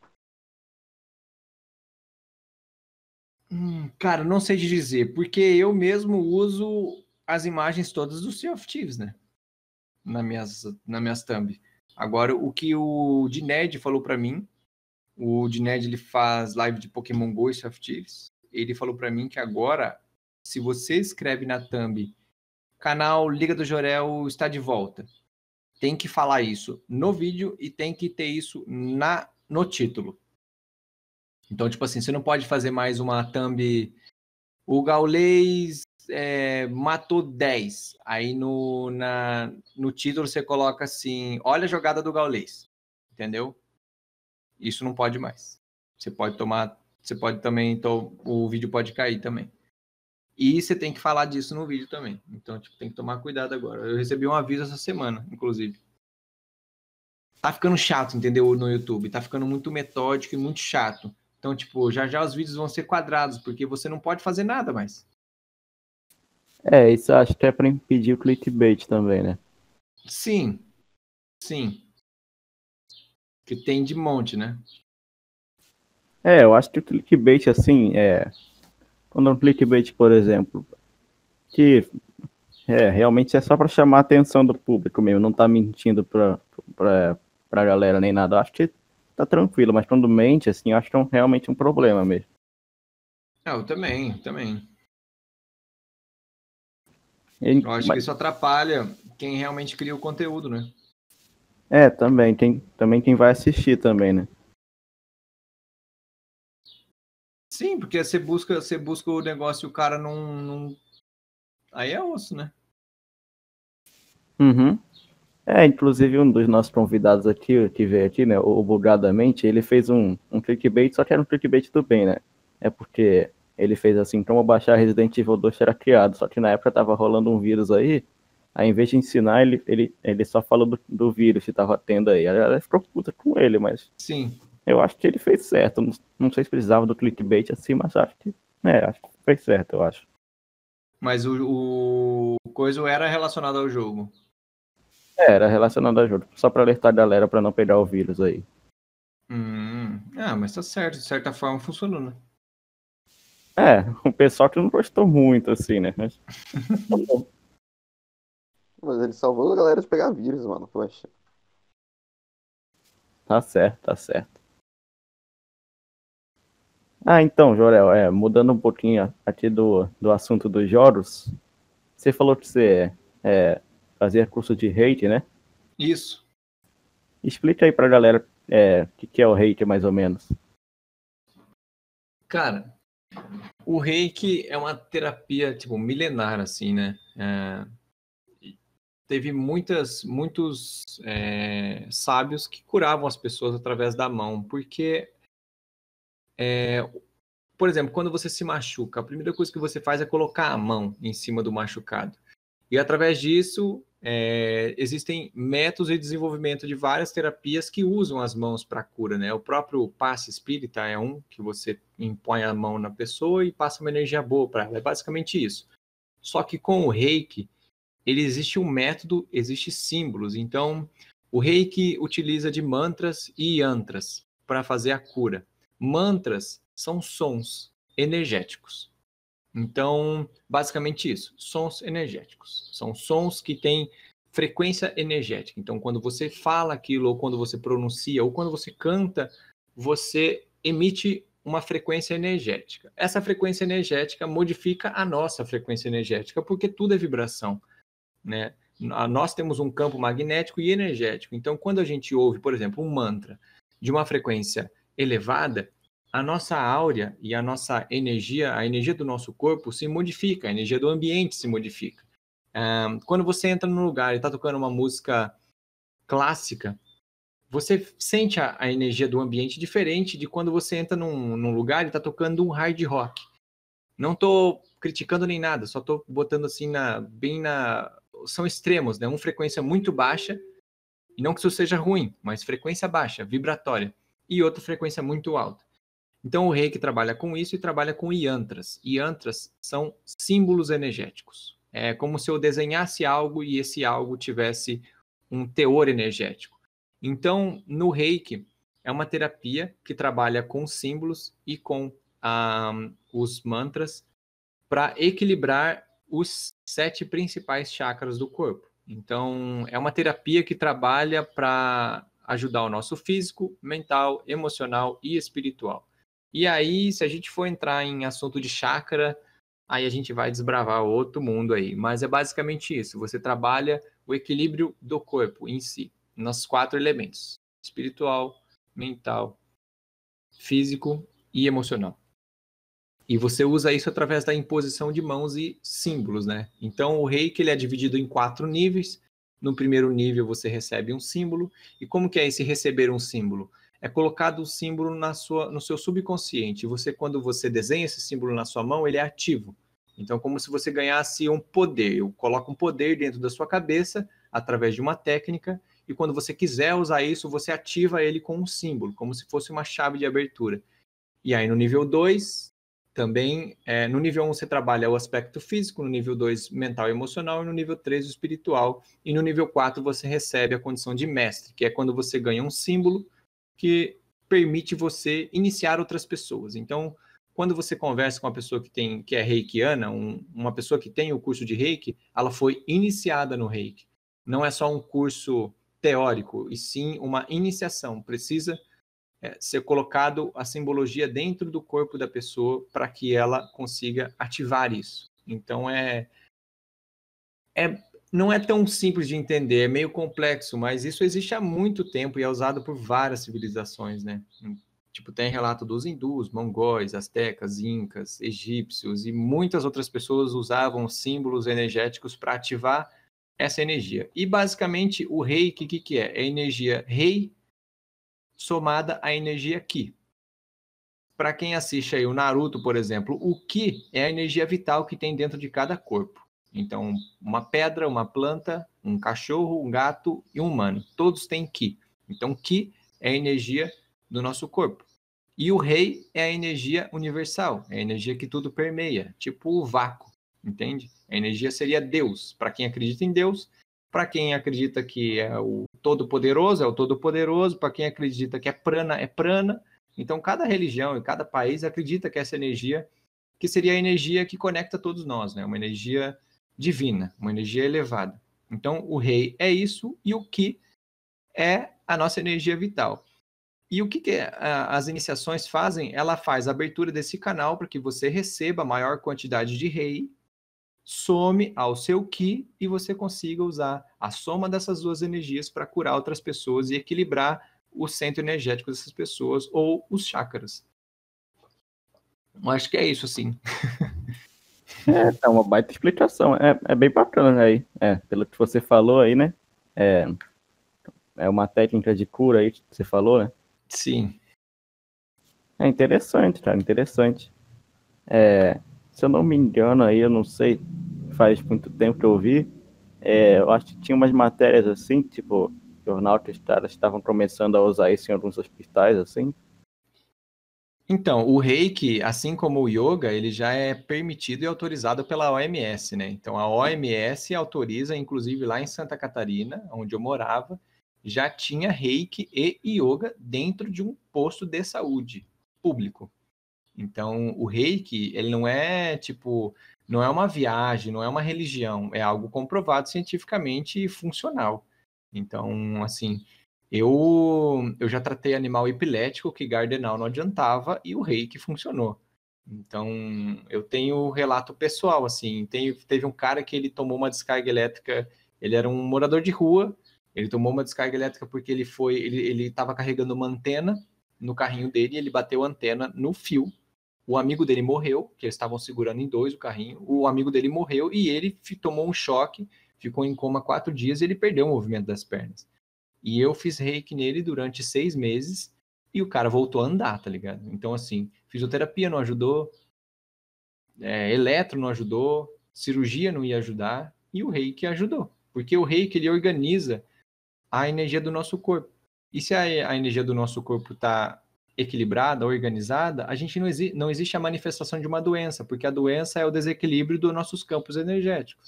Cara, não sei te dizer, porque eu mesmo uso as imagens todas do Sea of Thieves, né? nas minhas thumb. Agora, o que o Dined falou para mim, o Dined ele faz live de Pokémon Go e Sea of Thieves, ele falou para mim que agora, se você escreve na thumb, canal Liga do Jorel está de volta, tem que falar isso no vídeo e tem que ter isso no título. Então, tipo assim, você não pode fazer mais uma thumb. O Gaules matou 10. Aí no título você coloca assim: olha a jogada do Gaules. Entendeu? Isso não pode mais. Você pode tomar Você pode também, então o vídeo pode cair também. E você tem que falar disso no vídeo também. Então, tipo, tem que tomar cuidado agora. Eu recebi um aviso essa semana, inclusive. Tá ficando chato, entendeu? No YouTube. Tá ficando muito metódico e muito chato. Então, tipo, já os vídeos vão ser quadrados, porque você não pode fazer nada mais. Isso eu acho que é pra impedir o clickbait também, né? Sim. Que tem de monte, né? Eu acho que o clickbait, assim, quando um clickbait, por exemplo, que realmente é só pra chamar a atenção do público mesmo, não tá mentindo pra galera nem nada. Eu acho que tá tranquilo, mas quando mente, assim, eu acho que é realmente um problema mesmo. Eu também. E- Eu acho que isso atrapalha quem realmente cria o conteúdo, né? também quem vai assistir também, né? Sim, porque você busca o negócio e o cara não... Aí é osso, né? Uhum. Inclusive um dos nossos convidados aqui, que veio aqui, né, o Bugadamente, ele fez um clickbait, só que era um clickbait do bem, né? É porque ele fez assim, como baixar Resident Evil 2 era criado, só que na época tava rolando um vírus aí em vez de ensinar, ele só falou do vírus que tava tendo aí. A galera ficou puta com ele, mas Sim. eu acho que ele fez certo. Não sei se precisava do clickbait assim, mas acho que fez certo, eu acho. Mas o coisa era relacionado ao jogo. Era relacionado a jogo, só pra alertar a galera pra não pegar o vírus aí. Mas tá certo, de certa forma funcionou, né? O pessoal que não gostou muito, assim, né? Mas Mas ele salvou a galera de pegar vírus, mano. Poxa. tá certo, tá certo. Então, Jorel, mudando um pouquinho aqui do assunto dos jogos, você falou que você fazia curso de reiki, né? Isso. Explica aí pra galera o que é o reiki, mais ou menos. Cara, o reiki é uma terapia, tipo, milenar, assim, né? Teve muitos sábios que curavam as pessoas através da mão, porque, por exemplo, quando você se machuca, a primeira coisa que você faz é colocar a mão em cima do machucado. E através disso, existem métodos de desenvolvimento de várias terapias que usam as mãos para cura, né? O próprio passe espírita é um que você impõe a mão na pessoa e passa uma energia boa para ela. É basicamente isso. Só que com o reiki, ele existe um método, existe símbolos. Então, o reiki utiliza de mantras e yantras para fazer a cura. Mantras são sons energéticos. Então, basicamente isso, sons energéticos. São sons que têm frequência energética. Então, quando você fala aquilo, ou quando você pronuncia, ou quando você canta, você emite uma frequência energética. Essa frequência energética modifica a nossa frequência energética, porque tudo é vibração, né? Nós temos um campo magnético e energético. Então, quando a gente ouve, por exemplo, um mantra de uma frequência elevada, a nossa áurea e a nossa energia, a energia do nosso corpo se modifica, a energia do ambiente se modifica. Quando você entra num lugar e está tocando uma música clássica, você sente a energia do ambiente diferente de quando você entra num lugar e está tocando um hard rock. Não estou criticando nem nada, só estou botando assim são extremos, né? Uma frequência muito baixa, e não que isso seja ruim, mas frequência baixa, vibratória, e outra frequência muito alta. Então o reiki trabalha com isso e trabalha com yantras. Yantras são símbolos energéticos. É como se eu desenhasse algo e esse algo tivesse um teor energético. Então, no reiki, é uma terapia que trabalha com símbolos e com os mantras para equilibrar os 7 principais chakras do corpo. Então, é uma terapia que trabalha para ajudar o nosso físico, mental, emocional e espiritual. E aí, se a gente for entrar em assunto de chakra, aí a gente vai desbravar outro mundo aí. Mas é basicamente isso. Você trabalha o equilíbrio do corpo em si, nos 4 elementos: espiritual, mental, físico e emocional. E você usa isso através da imposição de mãos e símbolos, né? Então, o reiki ele é dividido em 4 níveis. No primeiro nível, você recebe um símbolo. E como que é esse receber um símbolo? é colocado o símbolo no seu subconsciente. Quando você desenha esse símbolo na sua mão, ele é ativo. Então, como se você ganhasse um poder. Eu coloco um poder dentro da sua cabeça, através de uma técnica, e quando você quiser usar isso, você ativa ele com um símbolo, como se fosse uma chave de abertura. E aí, no nível 2, também, no nível 1 você trabalha o aspecto físico, no nível 2, mental e emocional, e no nível 3, o espiritual. E no nível 4, você recebe a condição de mestre, que é quando você ganha um símbolo que permite você iniciar outras pessoas. Então, quando você conversa com uma pessoa que é reikiana, uma pessoa que tem o curso de reiki, ela foi iniciada no reiki. Não é só um curso teórico, e sim uma iniciação. Precisa ser colocado a simbologia dentro do corpo da pessoa para que ela consiga ativar isso. Então, não é tão simples de entender, é meio complexo, mas isso existe há muito tempo e é usado por várias civilizações, né? Tipo, tem relato dos hindus, mongóis, astecas, incas, egípcios e muitas outras pessoas usavam símbolos energéticos para ativar essa energia. E, basicamente, o reiki, o que é? É energia rei somada à energia ki. Para quem assiste aí o Naruto, por exemplo, o ki é a energia vital que tem dentro de cada corpo. Então, uma pedra, uma planta, um cachorro, um gato e um humano. Todos têm ki. Então, ki é a energia do nosso corpo. E o rei é a energia universal, é a energia que tudo permeia, tipo o vácuo, entende? A energia seria Deus, para quem acredita em Deus. Para quem acredita que é o Todo-Poderoso, é o Todo-Poderoso. Para quem acredita que é prana, é prana. Então, cada religião e cada país acredita que essa energia, que seria a energia que conecta todos nós, né? Uma energia divina, uma energia elevada. Então, o rei é isso e o ki é a nossa energia vital. E o que as iniciações fazem? Ela faz a abertura desse canal para que você receba a maior quantidade de rei, some ao seu ki e você consiga usar a soma dessas duas energias para curar outras pessoas e equilibrar o centro energético dessas pessoas ou os chakras. Eu acho que é isso, sim. É uma baita explicação. É bem bacana aí. Pelo que você falou aí, né? É uma técnica de cura aí que você falou, né? Sim. É interessante, cara, interessante. Se eu não me engano aí, eu não sei, faz muito tempo que eu vi, eu acho que tinha umas matérias assim, tipo, jornal que os caras estavam começando a usar isso em alguns hospitais, assim. Então, o reiki, assim como o yoga, ele já é permitido e autorizado pela OMS, né? Então, a OMS autoriza, inclusive lá em Santa Catarina, onde eu morava, já tinha reiki e yoga dentro de um posto de saúde público. Então, o reiki, ele não é, tipo, não é uma viagem, não é uma religião, é algo comprovado cientificamente e funcional. Então, assim, eu já tratei animal epilético que gardenal não adiantava e o reiki funcionou. Então, eu tenho relato pessoal, assim, teve um cara que ele tomou uma descarga elétrica, ele era um morador de rua, ele tomou uma descarga elétrica porque ele estava carregando uma antena no carrinho dele e ele bateu a antena no fio. O amigo dele morreu, que eles estavam segurando em dois o carrinho, o amigo dele morreu e ele tomou um choque, ficou em coma 4 dias e ele perdeu o movimento das pernas. E eu fiz reiki nele durante 6 meses e o cara voltou a andar, tá ligado? Então, assim, fisioterapia não ajudou, eletro não ajudou, cirurgia não ia ajudar e o reiki ajudou. Porque o reiki, ele organiza a energia do nosso corpo. E se a energia do nosso corpo está equilibrada, organizada, a gente não existe a manifestação de uma doença, porque a doença é o desequilíbrio dos nossos campos energéticos.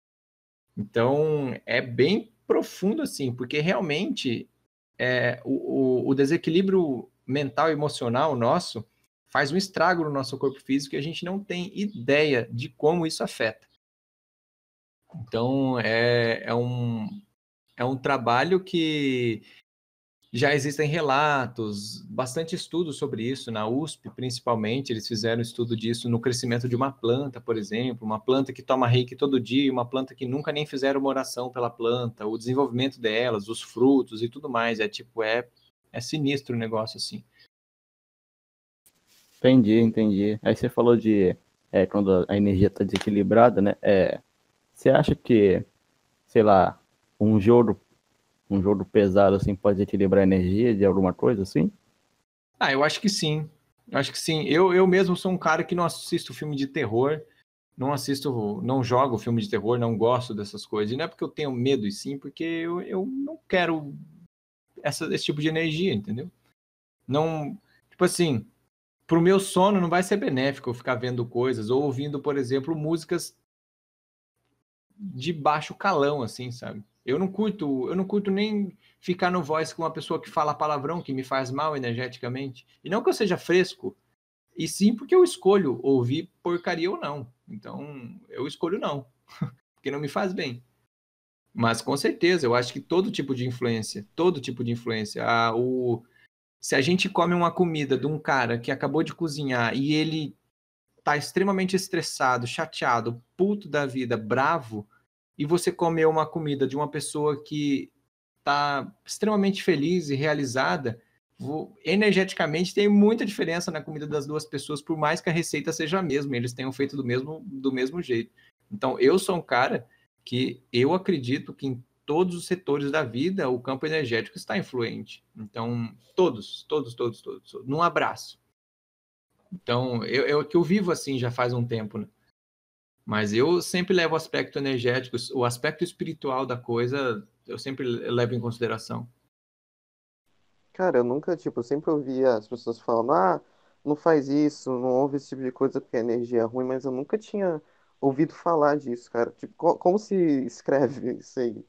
Então, é bem profundo assim, porque realmente o desequilíbrio mental e emocional nosso faz um estrago no nosso corpo físico e a gente não tem ideia de como isso afeta. Então, é um trabalho que já existem relatos, bastante estudo sobre isso, na USP principalmente, eles fizeram estudo disso no crescimento de uma planta, por exemplo, uma planta que toma reiki todo dia, uma planta que nunca nem fizeram uma oração pela planta, o desenvolvimento delas, os frutos e tudo mais, é sinistro o negócio assim. Entendi. Aí você falou de quando a energia está desequilibrada, né? Você acha que, sei lá, um jogo pesado assim pode equilibrar a energia de alguma coisa assim? Eu acho que sim. Acho que sim. Eu mesmo sou um cara que não assisto filme de terror, não jogo filme de terror, não gosto dessas coisas. E não é porque eu tenho medo, e sim porque eu não quero esse tipo de energia, entendeu? Não, tipo assim, pro meu sono não vai ser benéfico eu ficar vendo coisas ou ouvindo, por exemplo, músicas de baixo calão, assim, sabe? Eu não curto nem ficar no voice com uma pessoa que fala palavrão que me faz mal energeticamente. E não que eu seja fresco, e sim porque eu escolho ouvir porcaria ou não. Então, eu escolho não, porque não me faz bem. Mas com certeza, eu acho que todo tipo de influência, se a gente come uma comida de um cara que acabou de cozinhar e ele tá extremamente estressado, chateado, puto da vida, bravo, e você comeu uma comida de uma pessoa que tá extremamente feliz e realizada, energeticamente tem muita diferença na comida das duas pessoas, por mais que a receita seja a mesma, eles tenham feito do mesmo jeito. Então, eu sou um cara que eu acredito que em todos os setores da vida o campo energético está influente. Então, todos, num abraço. Então, eu que eu vivo assim já faz um tempo, né? Mas eu sempre levo o aspecto energético, o aspecto espiritual da coisa, eu sempre levo em consideração. Cara, eu nunca, tipo, eu sempre ouvia as pessoas falando, ah, não faz isso, não ouve esse tipo de coisa porque a energia é ruim, mas eu nunca tinha ouvido falar disso, cara. Tipo, como se escreve isso aí?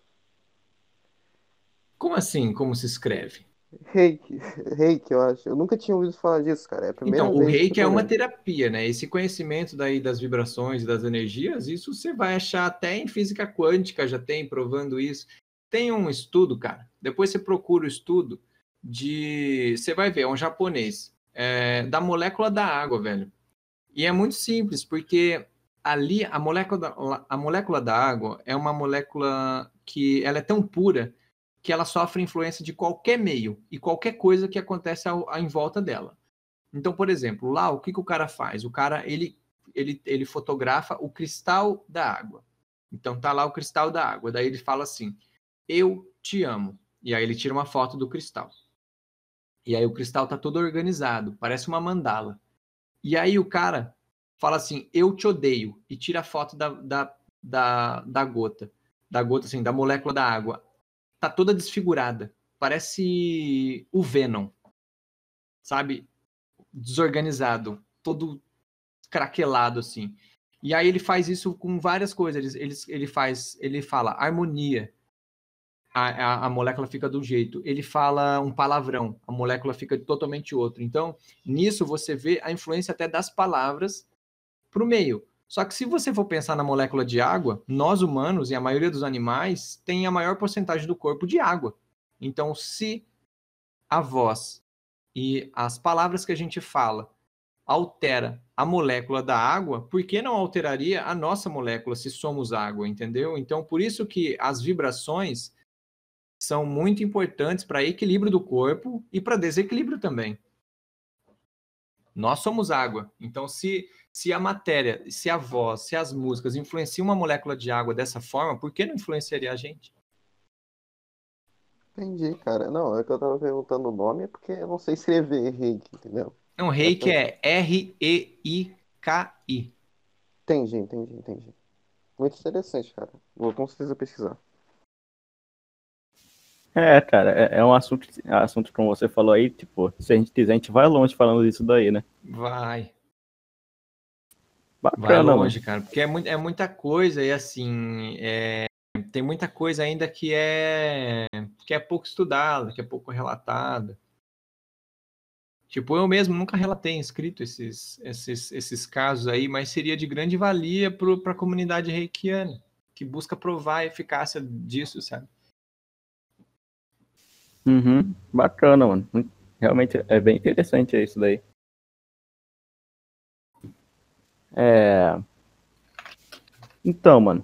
Como assim? Como se escreve? Reiki, reiki, eu acho. Eu nunca tinha ouvido falar disso, cara. É a Então, primeira o vez que eu reiki é tô uma vendo. terapia, né? Esse conhecimento daí das vibrações e das energias, isso você vai achar até em física quântica, já tem provando isso. Tem um estudo, cara. Depois você procura o estudo você vai ver, é um japonês, da molécula da água, velho. E é muito simples, porque ali a molécula da água é uma molécula que ela é tão pura que ela sofre influência de qualquer meio e qualquer coisa que acontece em volta dela. Então, por exemplo, lá o que, que o cara faz? O cara ele fotografa o cristal da água. Então tá lá o cristal da água. Daí ele fala assim: "Eu te amo". E aí ele tira uma foto do cristal. E aí o cristal tá todo organizado, parece uma mandala. E aí o cara fala assim, eu te odeio, e tira a foto da gota. Da gota, assim, da molécula da água. Tá toda desfigurada. Parece o Venom, sabe? Desorganizado, todo craquelado, assim. E aí ele faz isso com várias coisas. Ele fala harmonia, a molécula fica do jeito. Ele fala um palavrão, a molécula fica totalmente outro. Então, nisso você vê a influência até das palavras para o meio. Só que se você for pensar na molécula de água, nós humanos e a maioria dos animais tem a maior porcentagem do corpo de água. Então, se a voz e as palavras que a gente fala altera a molécula da água, por que não alteraria a nossa molécula se somos água, entendeu? Então, por isso que as vibrações são muito importantes para equilíbrio do corpo e para desequilíbrio também. Nós somos água. Então, se a matéria, se a voz, se as músicas influenciam uma molécula de água dessa forma, por que não influenciaria a gente? Entendi, cara. Não, é que eu tava perguntando o nome, é porque eu não sei escrever reiki, entendeu? Então, reiki é R-E-I-K-I. Entendi. Muito interessante, cara. Vou com certeza pesquisar. Cara, é um assunto como você falou aí, tipo, se a gente quiser, a gente vai longe falando disso daí, né? Vai Bacana, mano. longe, cara, porque é muita coisa e assim, tem muita coisa ainda que é pouco estudada, que é pouco relatada. Tipo, eu mesmo nunca relatei escrito esses casos aí, mas seria de grande valia para a comunidade reikiana, que busca provar a eficácia disso, sabe? Uhum, bacana, mano. Realmente é bem interessante isso daí. Então, mano,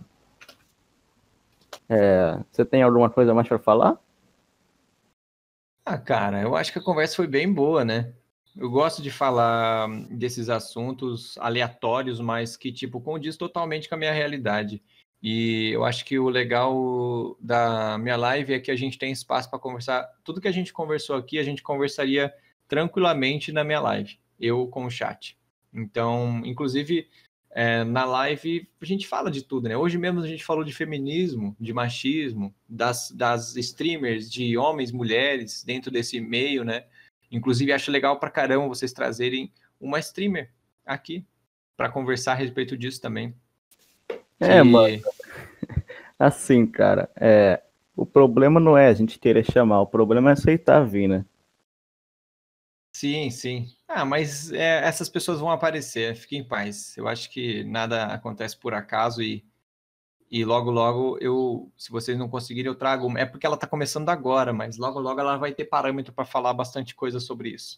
você tem alguma coisa mais pra falar? Ah, cara, eu acho que a conversa foi bem boa, né? Eu gosto de falar desses assuntos aleatórios, mas que, tipo, condiz totalmente com a minha realidade. E eu acho que o legal da minha live é que a gente tem espaço para conversar. Tudo que a gente conversou aqui, a gente conversaria tranquilamente na minha live, eu com o chat. Então, inclusive, na live a gente fala de tudo, né? Hoje mesmo a gente falou de feminismo, de machismo, das streamers, de homens, mulheres dentro desse meio, né? Inclusive, acho legal pra caramba vocês trazerem uma streamer aqui para conversar a respeito disso também. Mano. Assim, cara, o problema não é a gente querer chamar, o problema é aceitar vir, né? Sim, sim. Mas essas pessoas vão aparecer, fiquem em paz. Eu acho que nada acontece por acaso e logo, logo, se vocês não conseguirem, eu trago. É porque ela está começando agora, mas logo, logo ela vai ter parâmetro para falar bastante coisa sobre isso.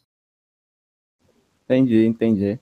Entendi.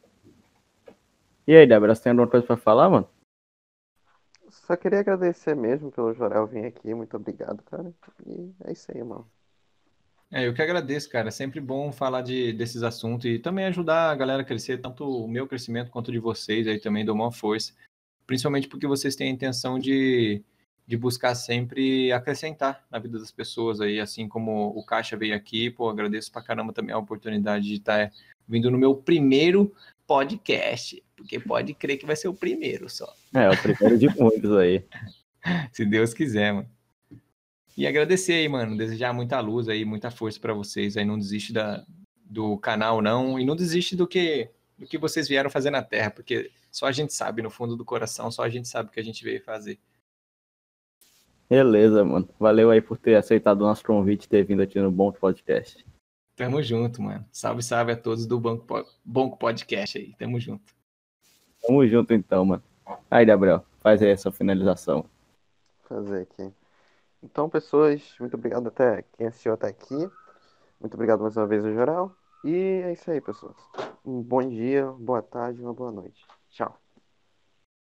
E aí, Débora, você tem alguma coisa para falar, mano? Só queria agradecer mesmo pelo Jorel vir aqui. Muito obrigado, cara. E é isso aí, mano. Eu que agradeço, cara. É sempre bom falar desses assuntos e também ajudar a galera a crescer, tanto o meu crescimento quanto o de vocês, aí também dou uma força. Principalmente porque vocês têm a intenção de buscar sempre acrescentar na vida das pessoas aí, assim como o Caixa veio aqui, pô, agradeço pra caramba também a oportunidade de estar vindo no meu primeiro podcast, porque pode crer que vai ser o primeiro só. O primeiro de muitos aí. Se Deus quiser, mano. E agradecer aí, mano, desejar muita luz aí, muita força pra vocês aí, não desiste do canal não, e não desiste do que vocês vieram fazer na Terra, porque só a gente sabe, no fundo do coração, só a gente sabe o que a gente veio fazer. Beleza, mano. Valeu aí por ter aceitado o nosso convite e ter vindo aqui no Bonco Podcast. Tamo junto, mano. Salve, salve a todos do Bonco Podcast aí. Tamo junto. Tamo junto então, mano. Aí, Gabriel, faz aí essa finalização. Vou fazer aqui. Então, pessoas, muito obrigado até quem assistiu até aqui. Muito obrigado mais uma vez ao Jorel. E é isso aí, pessoas. Um bom dia, boa tarde, uma boa noite. Tchau.